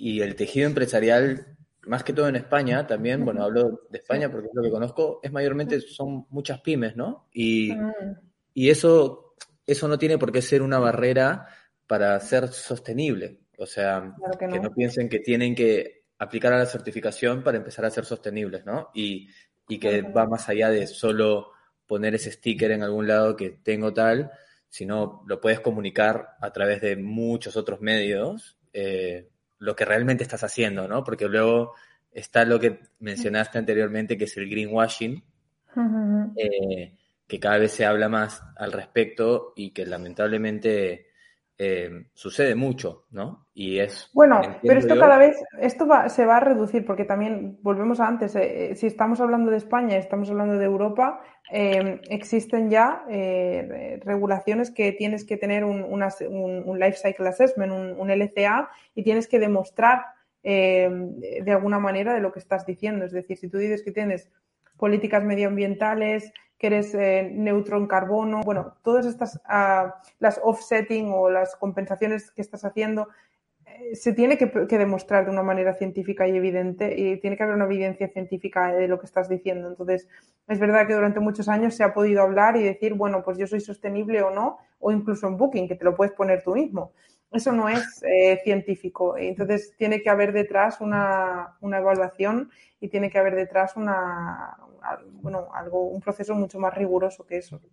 Speaker 1: y el tejido empresarial, más que todo en España, también, bueno, hablo de España porque es lo que conozco, es mayormente, son muchas pymes, ¿no? Y, y eso, eso no tiene por qué ser una barrera para ser sostenible. O sea,
Speaker 3: Claro que
Speaker 1: que
Speaker 3: no.
Speaker 1: no piensen que tienen que aplicar a la certificación para empezar a ser sostenibles, ¿no? Y, y que
Speaker 3: Claro que
Speaker 1: va
Speaker 3: no.
Speaker 1: más allá de solo poner ese sticker en algún lado que tengo tal, sino lo puedes comunicar a través de muchos otros medios, eh, lo que realmente estás haciendo, ¿no? Porque luego está lo que mencionaste anteriormente, que es el greenwashing,
Speaker 3: Ujú.
Speaker 1: eh, que cada vez se habla más al respecto y que lamentablemente eh, sucede mucho, ¿no? Y es,
Speaker 3: Bueno, pero
Speaker 1: entiendo
Speaker 3: esto
Speaker 1: yo,
Speaker 3: cada vez, esto va, se va a reducir porque también volvemos a antes, eh, eh, si estamos hablando de España, estamos hablando de Europa, eh, existen ya eh, regulaciones que tienes que tener un, una, un, un Life Cycle Assessment, un, un L C A, y tienes que demostrar eh, de alguna manera de lo que estás diciendo. Es decir, si tú dices que tienes políticas medioambientales, que eres eh, neutro en carbono, bueno, todas estas, uh, las offsetting o las compensaciones que estás haciendo, se tiene que, que demostrar de una manera científica y evidente, y tiene que haber una evidencia científica de lo que estás diciendo. Entonces, es verdad que durante muchos años se ha podido hablar y decir, bueno, pues yo soy sostenible o no, o incluso en Booking, que te lo puedes poner tú mismo. Eso no es eh, científico. Entonces, tiene que haber detrás una, una evaluación y tiene que haber detrás una, bueno, algo, un proceso mucho más riguroso que eso.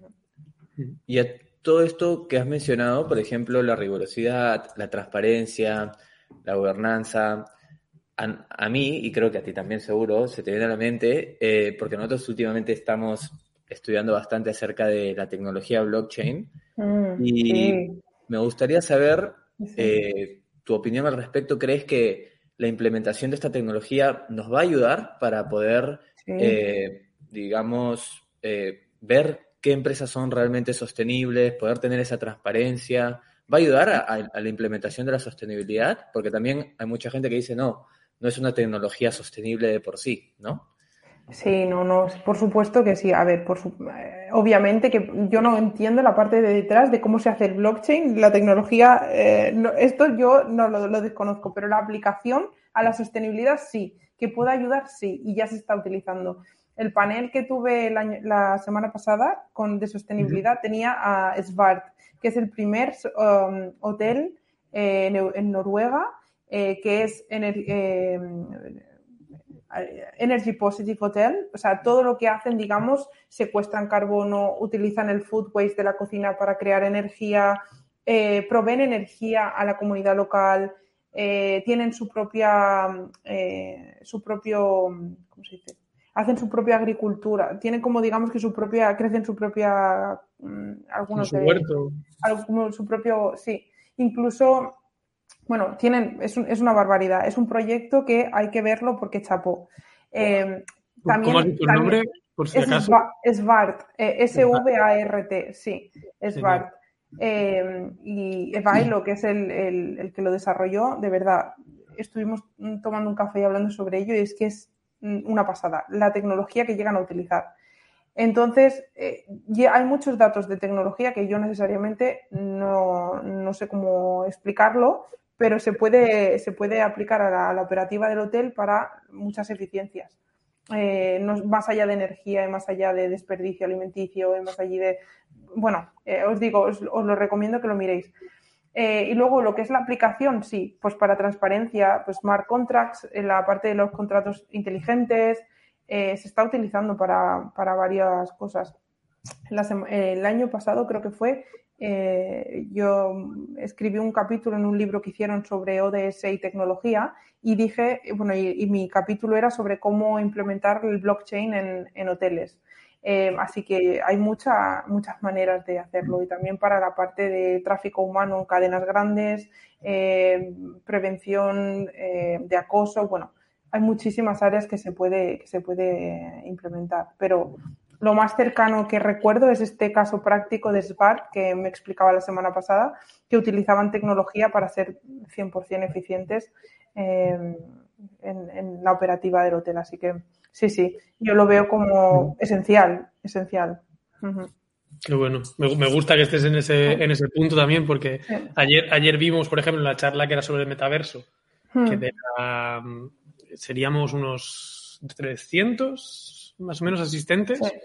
Speaker 1: y a todo esto que has mencionado, por ejemplo, la rigurosidad, la transparencia, la gobernanza, a, a mí, y creo que a ti también seguro, se te viene a la mente, eh, porque nosotros últimamente estamos estudiando bastante acerca de la tecnología blockchain,
Speaker 3: Mm,
Speaker 1: y
Speaker 3: sí,
Speaker 1: me gustaría saber
Speaker 3: sí.
Speaker 1: eh, tu opinión al respecto. ¿Crees que la implementación de esta tecnología nos va a ayudar para poder,
Speaker 3: Sí.
Speaker 1: eh, digamos, eh, ver qué empresas son realmente sostenibles, poder tener esa transparencia? ¿Va a ayudar a, a, a la implementación de la sostenibilidad? Porque también hay mucha gente que dice, no, no es una tecnología sostenible de por sí, ¿no?
Speaker 3: Sí, no, no, por supuesto que sí. A ver, por su- eh, obviamente que yo no entiendo la parte de detrás de cómo se hace el blockchain, la tecnología, eh, no- esto yo no lo, lo desconozco, pero la aplicación a la sostenibilidad sí, que pueda ayudar sí, y ya se está utilizando. El panel que tuve el año- la semana pasada con, de sostenibilidad tenía a Svart, que es el primer um, hotel eh, en, en Noruega eh, que es en el, eh, Energy Positive Hotel, o sea, todo lo que hacen, digamos, secuestran carbono, utilizan el food waste de la cocina para crear energía, eh, proveen energía a la comunidad local, eh, tienen su propia, eh, su propio, ¿cómo se dice? Hacen su propia agricultura, tienen como, digamos, que su propia, crecen su propia, mmm,
Speaker 2: Como
Speaker 3: algunos
Speaker 2: su
Speaker 3: de,
Speaker 2: huerto.
Speaker 3: como su propio, sí, incluso bueno, tienen, es, un, es, una barbaridad. Es un proyecto que hay que verlo porque chapó. Eh,
Speaker 2: ¿Cómo has
Speaker 3: también,
Speaker 2: dicho el
Speaker 3: también
Speaker 2: nombre, por si
Speaker 3: es
Speaker 2: acaso?
Speaker 3: Svart, eh, S V A R T, sí,
Speaker 2: Genial.
Speaker 3: Svart. Eh, y Evailo, que es el, el, el que lo desarrolló, de verdad, estuvimos tomando un café y hablando sobre ello y es que es una pasada, la tecnología que llegan a utilizar. Entonces, eh, hay muchos datos de tecnología que yo necesariamente no, no sé cómo explicarlo, pero se puede, se puede aplicar a la, a la operativa del hotel para muchas eficiencias. Eh, no, más allá de energía y más allá de desperdicio alimenticio y más allá de... Bueno, eh, os digo, os, os lo recomiendo que lo miréis. Eh, y luego lo que es la aplicación, sí, pues para transparencia, pues smart contracts, en la parte de los contratos inteligentes, eh, se está utilizando para, para varias cosas. La el año pasado creo que fue, eh, yo escribí un capítulo en un libro que hicieron sobre O D S y tecnología y dije, bueno, y, y mi capítulo era sobre cómo implementar el blockchain en, en hoteles. Eh, así que hay mucha, muchas maneras de hacerlo y también para la parte de tráfico humano en cadenas grandes, eh, prevención eh, de acoso, bueno, hay muchísimas áreas que se puede, que se puede implementar, pero lo más cercano que recuerdo es este caso práctico de Svart que me explicaba la semana pasada, que utilizaban tecnología para ser cien por ciento eficientes eh, en, en la operativa del hotel. Así que sí, sí, yo lo veo como esencial, esencial. Uh-huh.
Speaker 2: Qué bueno. Me, me gusta que estés en
Speaker 3: ¿Eh?
Speaker 2: ese, en ese punto también, porque
Speaker 3: Sí.
Speaker 2: ayer, ayer vimos, por ejemplo, en la charla que era sobre el metaverso,
Speaker 3: Hmm.
Speaker 2: que de la, seríamos unos trescientos más o menos asistentes.
Speaker 3: Sí.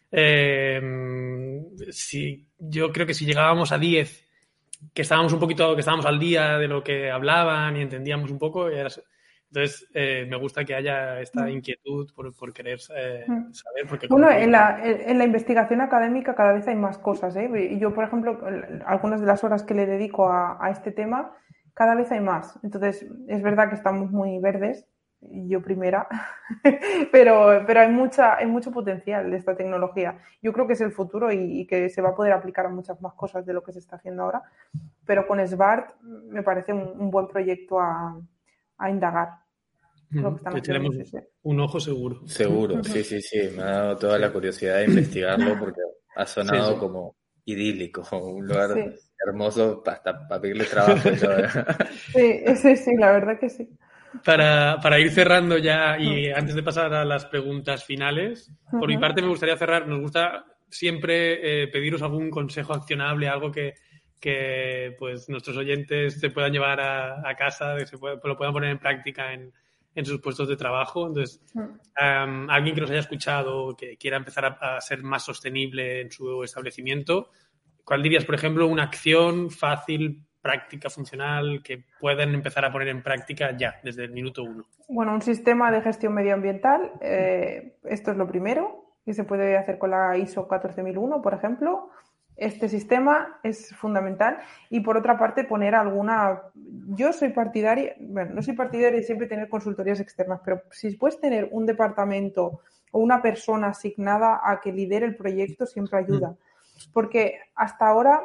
Speaker 2: Eh, si, yo creo que si llegábamos a diez, que estábamos un poquito, que estábamos al día de lo que hablaban y entendíamos un poco, era, entonces eh, me gusta que haya esta inquietud por, por querer eh, saber. Porque
Speaker 3: bueno,
Speaker 2: como...
Speaker 3: en la, en la investigación académica cada vez hay más cosas, ¿eh? Yo, por ejemplo, algunas de las horas que le dedico a, a este tema, cada vez hay más. Entonces, es verdad que estamos muy verdes, yo primera, pero, pero hay, mucha, hay mucho potencial de esta tecnología. Yo creo que es el futuro y, y que se va a poder aplicar a muchas más cosas de lo que se está haciendo ahora. Pero con SBART me parece un, un buen proyecto a, a indagar. Creo que están haciendo
Speaker 2: echaremos
Speaker 3: mucho, sí.
Speaker 2: un ojo seguro.
Speaker 1: Seguro, sí, sí, sí. Me ha dado toda la curiosidad de investigarlo porque ha sonado
Speaker 2: Sí, sí.
Speaker 1: como idílico, un lugar
Speaker 3: Sí.
Speaker 1: hermoso hasta para pedirle trabajo y todo.
Speaker 3: Sí, sí, sí, la verdad que sí.
Speaker 2: Para, para ir cerrando ya y antes de pasar a las preguntas finales, por mi parte me gustaría cerrar, nos gusta siempre eh, pediros algún consejo accionable, algo que, que pues nuestros oyentes se puedan llevar a, a casa, que se pueda, lo puedan poner en práctica en, en sus puestos de trabajo. Entonces, um, alguien que nos haya escuchado, que quiera empezar a, a ser más sostenible en su establecimiento, ¿cuál dirías, por ejemplo, una acción fácil, práctica, funcional, que puedan empezar a poner en práctica ya, desde el minuto uno?
Speaker 3: Bueno, un sistema de gestión medioambiental, eh, esto es lo primero, que se puede hacer con la I S O catorce mil uno, por ejemplo. Este sistema es fundamental. Y por otra parte, poner alguna... Yo soy partidaria, bueno, no soy partidaria de siempre tener consultorías externas, pero si puedes tener un departamento o una persona asignada a que lidere el proyecto, siempre ayuda. Porque hasta ahora...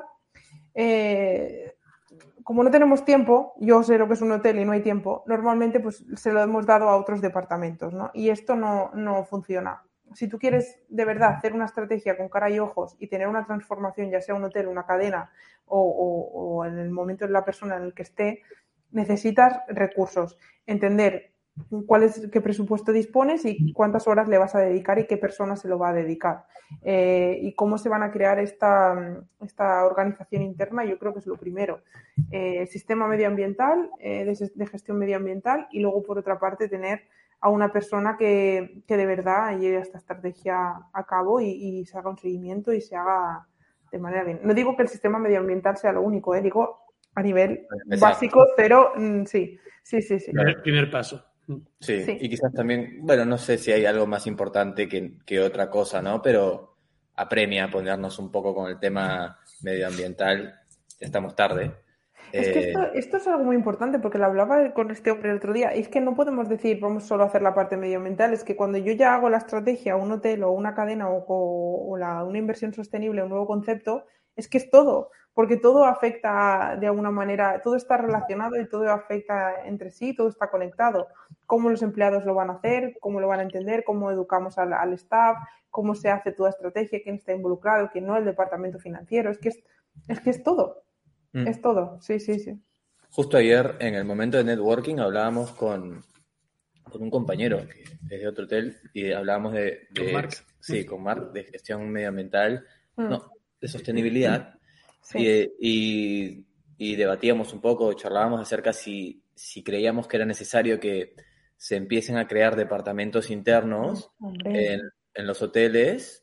Speaker 3: Eh, como no tenemos tiempo, yo sé lo que es un hotel y no hay tiempo, normalmente pues se lo hemos dado a otros departamentos, ¿no? Y esto no, no funciona. Si tú quieres de verdad hacer una estrategia con cara y ojos y tener una transformación, ya sea un hotel, una cadena o, o, o en el momento de la persona en el que esté, necesitas recursos, entender cuál es, qué presupuesto dispones y cuántas horas le vas a dedicar y qué persona se lo va a dedicar. Eh, y cómo se van a crear esta, esta organización interna, yo creo que es lo primero. Eh, sistema medioambiental, eh, de, de gestión medioambiental, y luego, por otra parte, tener a una persona que, que de verdad lleve esta estrategia a cabo y, y se haga un seguimiento y se haga de manera bien. No digo que el sistema medioambiental sea lo único, eh, digo a nivel
Speaker 1: Exacto.
Speaker 3: básico, cero, mm, sí, sí, sí, sí.
Speaker 2: El primer paso.
Speaker 1: Sí,
Speaker 3: Sí.
Speaker 1: y quizás también, bueno, no sé si hay algo más importante que, que otra cosa, ¿no? Pero apremia a ponernos un poco con el tema medioambiental. Ya estamos tarde.
Speaker 3: Es que esto, esto es algo muy importante porque lo hablaba con este hombre el otro día. Y es que no podemos decir vamos solo a hacer la parte medioambiental. Es que cuando yo ya hago la estrategia, un hotel o una cadena o, o, o la, una inversión sostenible, un nuevo concepto, es que es todo. Porque todo afecta de alguna manera, todo está relacionado y todo afecta entre sí, todo está conectado. Cómo los empleados lo van a hacer, cómo lo van a entender, cómo educamos al, al staff, cómo se hace toda estrategia, quién está involucrado, quién no, el departamento financiero. Es que es, es, que es todo. Mm. Es todo, sí, sí, sí.
Speaker 1: Justo ayer, en el momento de networking, hablábamos con, con un compañero que es de otro hotel y hablábamos de... de
Speaker 2: ¿Con Marc?
Speaker 1: Sí, con Marc, de gestión medioambiental, mm. no, de sostenibilidad. Sí. Y, y, y debatíamos un poco, charlábamos acerca si, si creíamos que era necesario que se empiecen a crear departamentos internos en, en los hoteles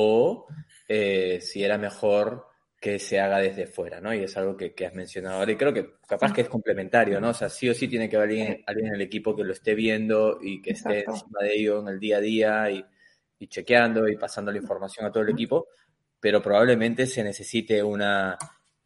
Speaker 1: o eh, si era mejor que se haga desde fuera, ¿no? Y es algo que, que has mencionado ahora y creo que capaz que es complementario, ¿no? O sea, sí o sí tiene que haber alguien, alguien en el equipo que lo esté viendo y que Exacto. esté encima de ello en el día a día y, y chequeando y pasando la información a todo el equipo, pero probablemente se necesite una,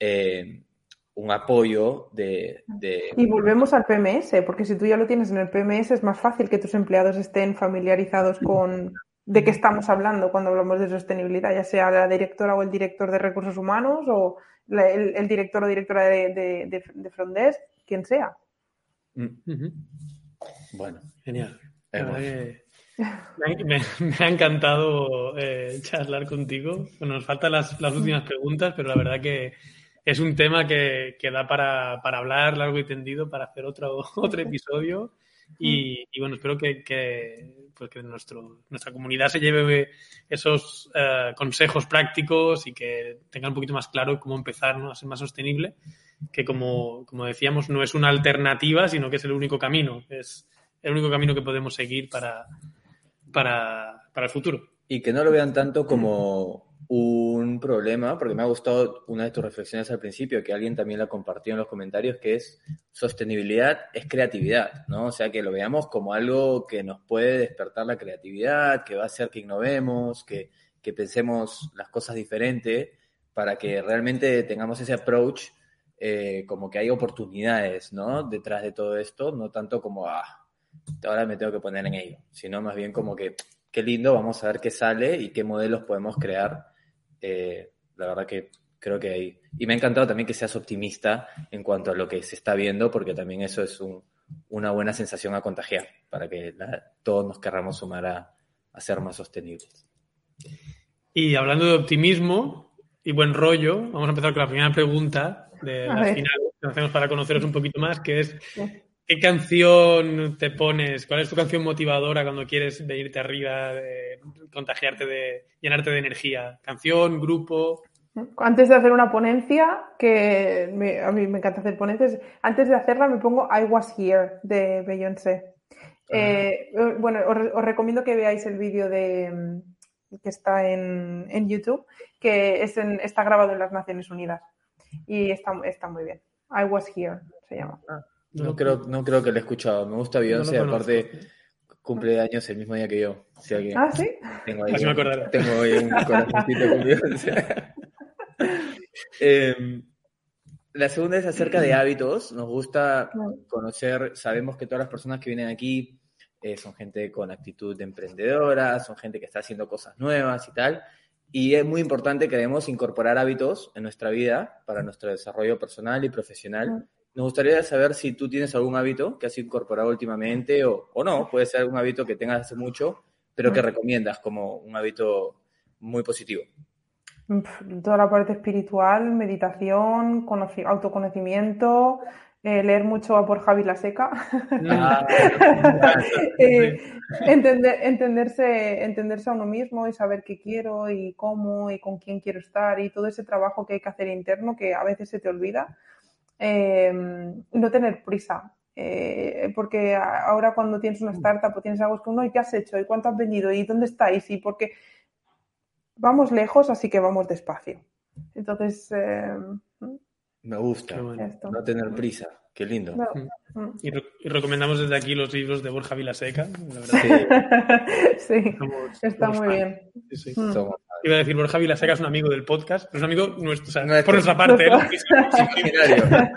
Speaker 1: eh, un apoyo de, de...
Speaker 3: Y volvemos al P M S, porque si tú ya lo tienes en el P M S es más fácil que tus empleados estén familiarizados con de qué estamos hablando cuando hablamos de sostenibilidad, ya sea la directora o el director de recursos humanos o la, el, el director o directora de, de, de, de front desk, quien sea.
Speaker 2: Uh-huh.
Speaker 1: Bueno,
Speaker 2: genial. Me, me, me ha encantado eh, charlar contigo. Bueno, nos faltan las, las últimas preguntas, pero la verdad que es un tema que, que da para, para hablar largo y tendido, para hacer otro, otro episodio. Y, y bueno, espero que, que, pues que nuestro, nuestra comunidad se lleve esos uh, consejos prácticos y que tengan un poquito más claro cómo empezar, ¿no?, a ser más sostenible. que como, como decíamos, no es una alternativa, sino que es el único camino. Es el único camino que podemos seguir para, para, para el futuro.
Speaker 1: Y que no lo vean tanto como un problema, porque me ha gustado una de tus reflexiones al principio, que alguien también la compartió en los comentarios, que es sostenibilidad es creatividad, ¿no? O sea, que lo veamos como algo que nos puede despertar la creatividad, que va a hacer que innovemos, que, que pensemos las cosas diferentes, para que realmente tengamos ese approach, eh, como que hay oportunidades, ¿no? Detrás de todo esto, no tanto como, ah, ahora me tengo que poner en ello, sino más bien como que qué lindo, vamos a ver qué sale y qué modelos podemos crear. Eh, la verdad que creo que hay... Y me ha encantado también que seas optimista en cuanto a lo que se está viendo, porque también eso es un, una buena sensación a contagiar, para que la, todos nos querramos sumar a, a ser más sostenibles.
Speaker 2: Y hablando de optimismo y buen rollo, vamos a empezar con la primera pregunta de las finales que hacemos para conoceros un poquito más, que es... ¿Qué canción te pones? ¿Cuál es tu canción motivadora cuando quieres venirte arriba, de contagiarte, de llenarte de energía? ¿Canción, grupo?
Speaker 3: Antes de hacer una ponencia, que me, a mí me encanta hacer ponencias, antes de hacerla me pongo I Was Here de Beyoncé. Eh, bueno, os, os recomiendo que veáis el vídeo de que está en, en YouTube, que es en, está grabado en las Naciones Unidas y está, está muy bien. I Was Here se llama.
Speaker 1: Ah. No creo, no creo que lo he escuchado. Me gusta Beyoncé, no aparte cumple años el mismo día que yo. O sea que
Speaker 3: ¿Ah, sí?
Speaker 1: Tengo ahí,
Speaker 2: Así me acordaré.
Speaker 1: Tengo ahí un corazoncito con Beyoncé. eh, la segunda es acerca de hábitos. Nos gusta conocer, sabemos que todas las personas que vienen aquí eh, son gente con actitud emprendedora, son gente que está haciendo cosas nuevas y tal. Y es muy importante que debemos incorporar hábitos en nuestra vida para nuestro desarrollo personal y profesional. Nos gustaría saber si tú tienes algún hábito que has incorporado últimamente o, o no, puede ser algún hábito que tengas hace mucho, pero que recomiendas como un hábito muy positivo.
Speaker 3: Toda la parte espiritual, meditación, conoci- autoconocimiento, eh, leer mucho a por Javi La Seca,
Speaker 1: Ah,
Speaker 3: eh, entender, entenderse, entenderse a uno mismo y saber qué quiero y cómo y con quién quiero estar y todo ese trabajo que hay que hacer interno que a veces se te olvida. Eh, no tener prisa, eh, porque ahora cuando tienes una startup o tienes algo es que, no, ¿y qué has hecho? ¿Y cuánto has vendido? ¿Y dónde estáis? Y porque vamos lejos, así que vamos despacio. Entonces, eh,
Speaker 1: me gusta, bueno. No tener prisa, qué lindo.
Speaker 3: No.
Speaker 2: Y, re- y recomendamos desde aquí los libros de Borja Vilaseca, la verdad.
Speaker 3: Sí, sí,
Speaker 2: Somos,
Speaker 3: está
Speaker 2: somos
Speaker 3: muy
Speaker 2: fan.
Speaker 3: bien.
Speaker 2: Sí, sí.
Speaker 3: Mm.
Speaker 1: Somos-
Speaker 2: Iba a decir, Borja Vilaseca es un amigo del podcast, pero es un amigo nuestro, o sea,
Speaker 1: Nuestro.
Speaker 2: por nuestra parte. ¿eh?
Speaker 1: Imaginario.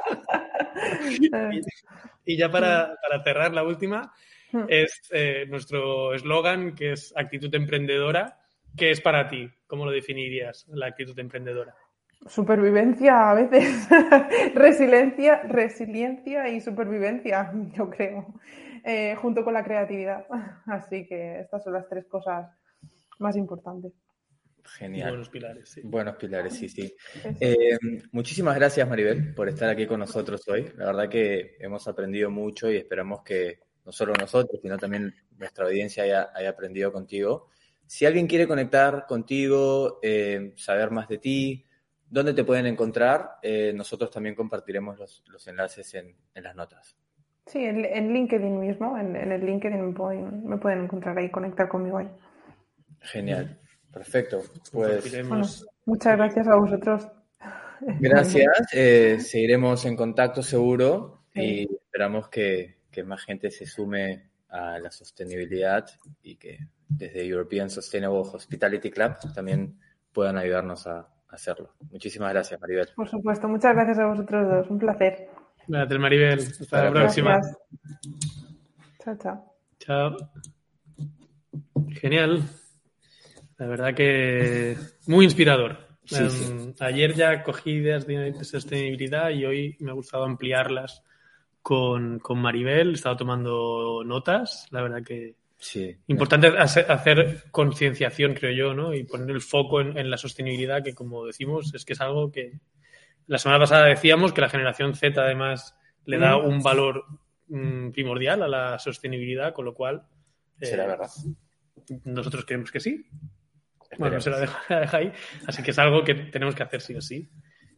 Speaker 2: Y, y ya para, para cerrar, la última es eh, nuestro eslogan, que es actitud emprendedora. ¿Qué es para ti? ¿Cómo lo definirías, la actitud emprendedora?
Speaker 3: Supervivencia a veces, resiliencia, resiliencia y supervivencia, yo creo, eh, junto con la creatividad. Así que estas son las tres cosas más importantes.
Speaker 1: Genial.
Speaker 2: Buenos pilares, sí.
Speaker 1: Buenos pilares, sí, sí. Eh, muchísimas gracias, Maribel, por estar aquí con nosotros hoy. La verdad que hemos aprendido mucho y esperamos que no solo nosotros, sino también nuestra audiencia haya, haya aprendido contigo. Si alguien quiere conectar contigo, eh, saber más de ti, ¿dónde te pueden encontrar? Eh, nosotros también compartiremos los, los enlaces en, en las notas.
Speaker 3: Sí, en, en LinkedIn mismo, en, en el LinkedIn me pueden, me pueden encontrar ahí, conectar conmigo ahí.
Speaker 1: Genial, perfecto. Pues
Speaker 3: bueno, muchas gracias a vosotros.
Speaker 1: Gracias, eh, seguiremos en contacto seguro
Speaker 3: sí.
Speaker 1: Y esperamos que, que más gente se sume a la sostenibilidad y que desde European Sustainable Hospitality Club también puedan ayudarnos a hacerlo. Muchísimas gracias, Maribel.
Speaker 3: Por supuesto, muchas gracias a vosotros dos, un placer.
Speaker 2: Gracias, Maribel. Hasta, Hasta la próxima.
Speaker 3: Gracias. Chao, chao.
Speaker 2: Chao. Genial. La verdad que muy inspirador.
Speaker 1: Sí,
Speaker 2: um,
Speaker 1: sí.
Speaker 2: Ayer ya cogí ideas de sostenibilidad y hoy me ha gustado ampliarlas con, con Maribel. He estado tomando notas. La verdad que
Speaker 1: sí.
Speaker 2: Importante hacer, hacer concienciación, creo yo, ¿no? Y poner el foco en, en la sostenibilidad, que como decimos, es que es algo que la semana pasada decíamos que la generación Z además le da un valor mm, primordial a la sostenibilidad, con lo cual
Speaker 1: eh, será verdad.
Speaker 2: Nosotros creemos que sí. Esperemos. Bueno, se la deja, la deja ahí. Así que es algo que tenemos que hacer sí o sí.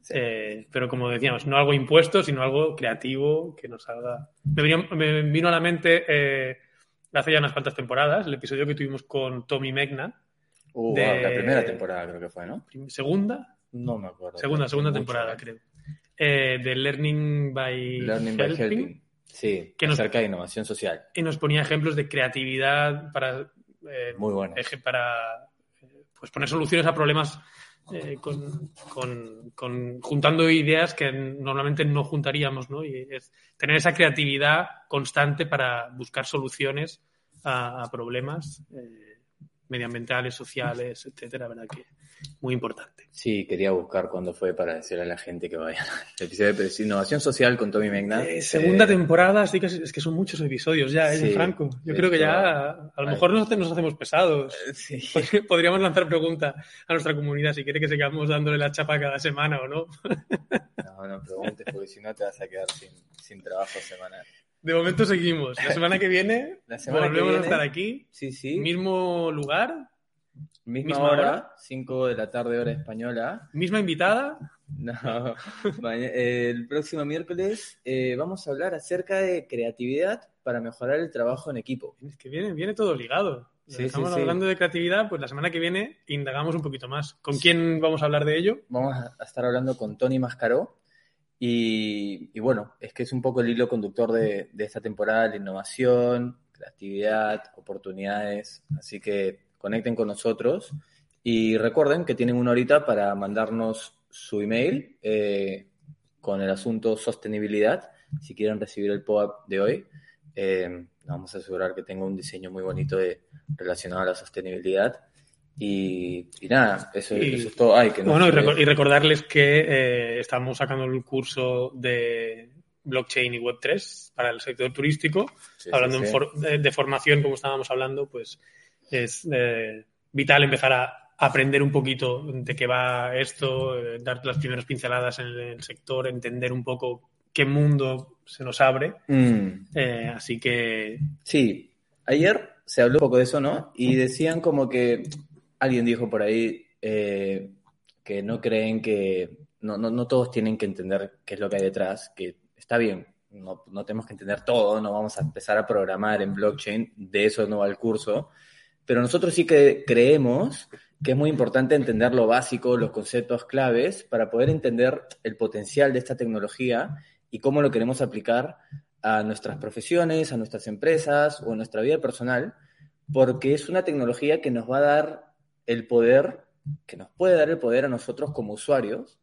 Speaker 2: Sí. Eh, pero como decíamos, no algo impuesto, sino algo creativo que nos haga... Me, vino, me vino a la mente eh, hace ya unas cuantas temporadas el episodio que tuvimos con Tommy Megna.
Speaker 1: Uh,
Speaker 2: de...
Speaker 1: wow, la primera temporada creo que fue, ¿no?
Speaker 2: ¿Segunda?
Speaker 1: No me acuerdo.
Speaker 2: Segunda, segunda
Speaker 1: mucho,
Speaker 2: temporada,
Speaker 1: ¿eh?
Speaker 2: creo. Eh, de Learning by
Speaker 1: Learning
Speaker 2: Helping.
Speaker 1: by Helping. Sí,
Speaker 2: que nos,
Speaker 1: acerca de innovación social.
Speaker 2: Y nos ponía ejemplos de creatividad para, eh,
Speaker 1: Muy bueno.
Speaker 2: para pues poner soluciones a problemas eh, con, con, con juntando ideas que normalmente no juntaríamos, ¿no? Y es tener esa creatividad constante para buscar soluciones a, a problemas eh, medioambientales, sociales, etcétera, ¿verdad? Que muy importante.
Speaker 1: Sí, quería buscar cuándo fue para decirle a la gente que vaya al episodio de Innovación Social con Tommy Megna.
Speaker 2: Eh, segunda
Speaker 1: eh,
Speaker 2: temporada, sí que es, es que son muchos episodios ya, ¿eh,
Speaker 1: sí,
Speaker 2: Franco? Yo creo que ya a lo mejor nos, nos hacemos pesados.
Speaker 1: Sí.
Speaker 2: Podríamos lanzar preguntas a nuestra comunidad si quiere que sigamos dándole la chapa cada semana o no.
Speaker 1: No, no preguntes porque si no te vas a quedar sin, sin trabajo semanal.
Speaker 2: De momento seguimos. La semana que viene
Speaker 1: La semana
Speaker 2: volvemos
Speaker 1: que viene,
Speaker 2: a estar aquí.
Speaker 1: Sí, sí.
Speaker 2: Mismo lugar.
Speaker 1: Misma,
Speaker 2: misma
Speaker 1: hora,
Speaker 2: hora.
Speaker 1: cinco de la tarde hora española.
Speaker 2: Misma invitada.
Speaker 1: No, el próximo miércoles eh, vamos a hablar acerca de creatividad para mejorar el trabajo en equipo.
Speaker 2: Es que viene, viene todo ligado.
Speaker 1: Sí,
Speaker 2: Estamos
Speaker 1: sí,
Speaker 2: hablando
Speaker 1: sí.
Speaker 2: de creatividad, pues la semana que viene indagamos un poquito más. ¿Con quién vamos a hablar de ello?
Speaker 1: Vamos a estar hablando con Tony Mascaró. Y, y bueno, es que es un poco el hilo conductor de, de esta temporada, la innovación, creatividad, oportunidades. Así que conecten con nosotros y recuerden que tienen una horita para mandarnos su email eh, con el asunto sostenibilidad. Si quieren recibir el pop-up de hoy, eh, vamos a asegurar que tenga un diseño muy bonito de, relacionado a la sostenibilidad. Y, y nada, eso,
Speaker 2: y,
Speaker 1: eso es todo. Ay, que no
Speaker 2: bueno, y,
Speaker 1: fue...
Speaker 2: recor- y recordarles que eh, estamos sacando el curso de blockchain y web tres para el sector turístico.
Speaker 1: Sí,
Speaker 2: hablando
Speaker 1: sí, sí.
Speaker 2: en for- de, de formación, como estábamos hablando, pues es eh, vital empezar a aprender un poquito de qué va esto, eh, dar las primeras pinceladas en el sector, entender un poco qué mundo se nos abre.
Speaker 1: Mm.
Speaker 2: Eh, así que...
Speaker 1: Sí, ayer se habló un poco de eso, ¿no? Y decían como que alguien dijo por ahí eh, que no creen que... No, no, no todos tienen que entender qué es lo que hay detrás, que está bien, no, no tenemos que entender todo, no vamos a empezar a programar en blockchain, de eso no va el curso, pero nosotros sí que creemos que es muy importante entender lo básico, los conceptos claves, para poder entender el potencial de esta tecnología y cómo lo queremos aplicar a nuestras profesiones, a nuestras empresas o a nuestra vida personal, porque es una tecnología que nos va a dar el poder, que nos puede dar el poder a nosotros como usuarios,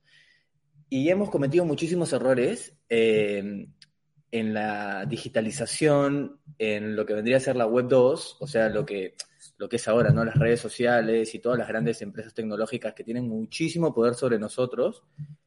Speaker 1: y hemos cometido muchísimos errores eh, en la digitalización, en lo que vendría a ser la web dos, o sea, lo que, lo que es ahora, ¿no? Las redes sociales y todas las grandes empresas tecnológicas que tienen muchísimo poder sobre nosotros,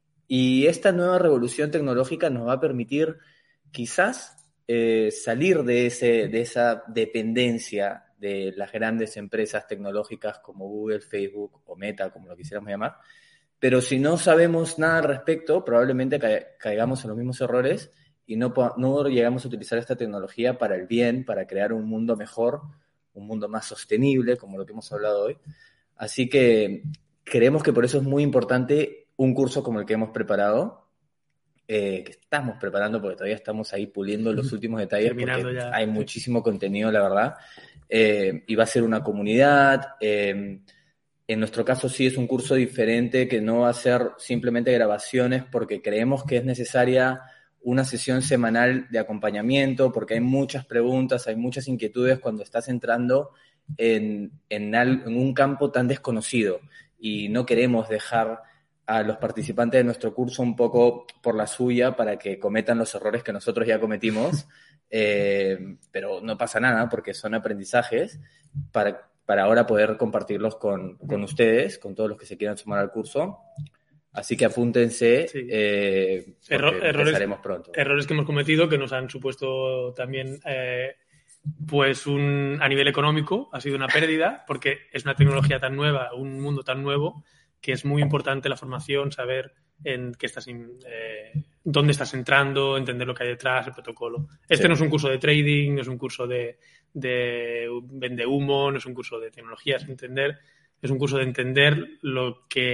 Speaker 1: y esta nueva revolución tecnológica nos va a permitir quizás eh, salir de, ese, de esa dependencia de las grandes empresas tecnológicas como Google, Facebook o Meta, como lo quisiéramos llamar. Pero si no sabemos nada al respecto, probablemente ca- caigamos en los mismos errores y no, no llegamos a utilizar esta tecnología para el bien, para crear un mundo mejor, un mundo más sostenible, como lo que hemos hablado hoy. Así que creemos que por eso es muy importante un curso como el que hemos preparado, eh, que estamos preparando porque todavía estamos ahí puliendo los últimos detalles,
Speaker 2: Terminando
Speaker 1: porque
Speaker 2: ya.
Speaker 1: hay muchísimo contenido, la verdad. Eh, y va a ser una comunidad... Eh, En nuestro caso sí es un curso diferente que no va a ser simplemente grabaciones porque creemos que es necesaria una sesión semanal de acompañamiento porque hay muchas preguntas, hay muchas inquietudes cuando estás entrando en, en, al, en un campo tan desconocido y no queremos dejar a los participantes de nuestro curso un poco por la suya para que cometan los errores que nosotros ya cometimos, eh, pero no pasa nada porque son aprendizajes para... para ahora poder compartirlos con, con ustedes, con todos los que se quieran sumar al curso. Así que apúntense,
Speaker 2: Sí.
Speaker 1: eh, porque
Speaker 2: Erro- errores,
Speaker 1: empezaremos pronto.
Speaker 2: Errores que hemos cometido que nos han supuesto también, eh, pues un, a nivel económico, ha sido una pérdida, porque es una tecnología tan nueva, un mundo tan nuevo, que es muy importante la formación, saber en qué estás, in, eh, dónde estás entrando, entender lo que hay detrás, el protocolo. Este
Speaker 1: Sí.
Speaker 2: no es un curso de trading, no es un curso de, de vende humo, no es un curso de tecnologías, entender, es un curso de entender lo que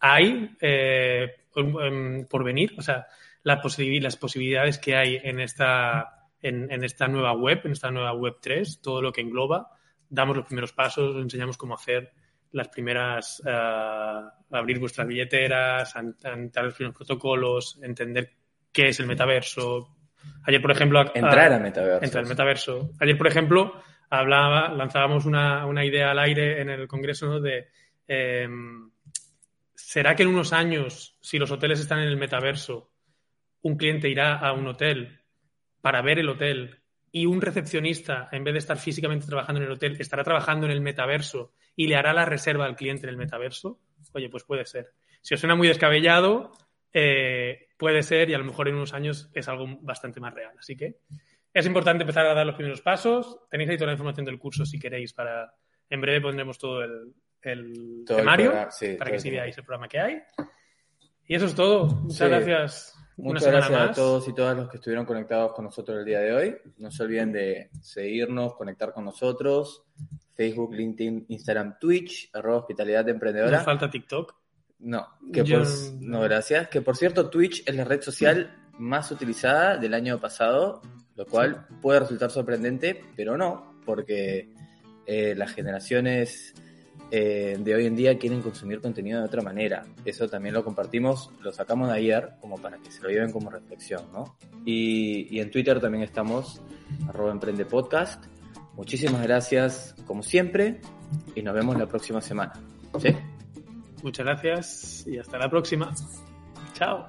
Speaker 2: hay eh, por venir, o sea, la posibil- las posibilidades que hay en esta, en, en esta nueva web, en esta nueva web tres, todo lo que engloba, damos los primeros pasos, os enseñamos cómo hacer las primeras, uh, abrir vuestras billeteras, entrar los primeros protocolos, entender qué es el metaverso. Ayer, por ejemplo...
Speaker 1: Entrar a metaverso.
Speaker 2: Entrar al metaverso. Ayer, por ejemplo, hablaba, lanzábamos una, una idea al aire en el Congreso, ¿no? de... Eh, ¿será que en unos años, si los hoteles están en el metaverso, un cliente irá a un hotel para ver el hotel y un recepcionista, en vez de estar físicamente trabajando en el hotel, estará trabajando en el metaverso y le hará la reserva al cliente en el metaverso? Oye, pues puede ser. Si os suena muy descabellado, eh, puede ser, y a lo mejor en unos años es algo bastante más real. Así que es importante empezar a dar los primeros pasos. Tenéis ahí toda la información del curso si queréis. Para En breve pondremos todo el, el
Speaker 1: todo
Speaker 2: temario
Speaker 1: el programa, sí,
Speaker 2: para
Speaker 1: todo
Speaker 2: que
Speaker 1: el
Speaker 2: sí
Speaker 1: tema.
Speaker 2: veáis el programa que hay. Y eso es todo. Muchas
Speaker 1: Sí.
Speaker 2: gracias.
Speaker 1: Muchas
Speaker 2: Una semana
Speaker 1: gracias
Speaker 2: más.
Speaker 1: a todos y todas los que estuvieron conectados con nosotros el día de hoy. No se olviden de seguirnos, conectar con nosotros. Facebook, LinkedIn, Instagram, Twitch, arroba hospitalidad emprendedora.
Speaker 2: Nos falta TikTok.
Speaker 1: No, que
Speaker 2: Yo-
Speaker 1: por, no, gracias. Que por cierto, Twitch es la red social más utilizada del año pasado, lo cual puede resultar sorprendente, pero no, porque eh, las generaciones eh, de hoy en día quieren consumir contenido de otra manera. Eso también lo compartimos, lo sacamos de ayer como para que se lo lleven como reflexión, ¿no? Y, y en Twitter también estamos, arroba Emprende Podcast. Muchísimas gracias, como siempre, y nos vemos la próxima semana. ¿Sí?
Speaker 2: Muchas gracias y hasta la próxima. Chao.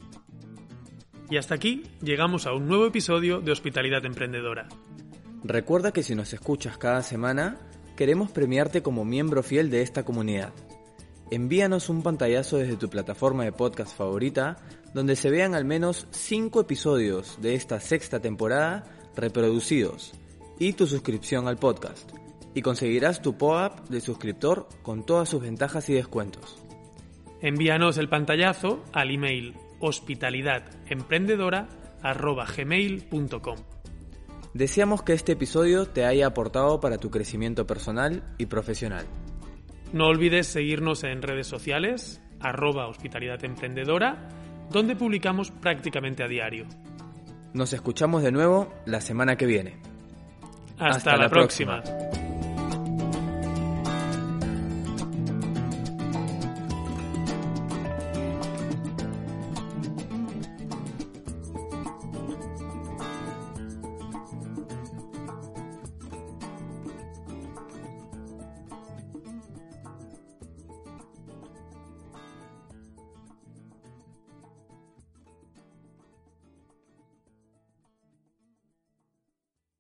Speaker 2: Y hasta aquí llegamos a un nuevo episodio de Hospitalidad Emprendedora.
Speaker 1: Recuerda que si nos escuchas cada semana, queremos premiarte como miembro fiel de esta comunidad. Envíanos un pantallazo desde tu plataforma de podcast favorita, donde se vean al menos cinco episodios de esta sexta temporada reproducidos, y tu suscripción al podcast, y conseguirás tu P O A P de suscriptor con todas sus ventajas y descuentos.
Speaker 2: Envíanos el pantallazo al email hospitalidademprendedora arroba gmail punto com.
Speaker 1: Deseamos que este episodio te haya aportado para tu crecimiento personal y profesional.
Speaker 2: No olvides seguirnos en redes sociales, arroba hospitalidad emprendedora, donde publicamos prácticamente a diario.
Speaker 1: Nos escuchamos de nuevo la semana que viene.
Speaker 2: Hasta,
Speaker 1: Hasta
Speaker 2: la,
Speaker 1: la
Speaker 2: próxima.
Speaker 1: próxima.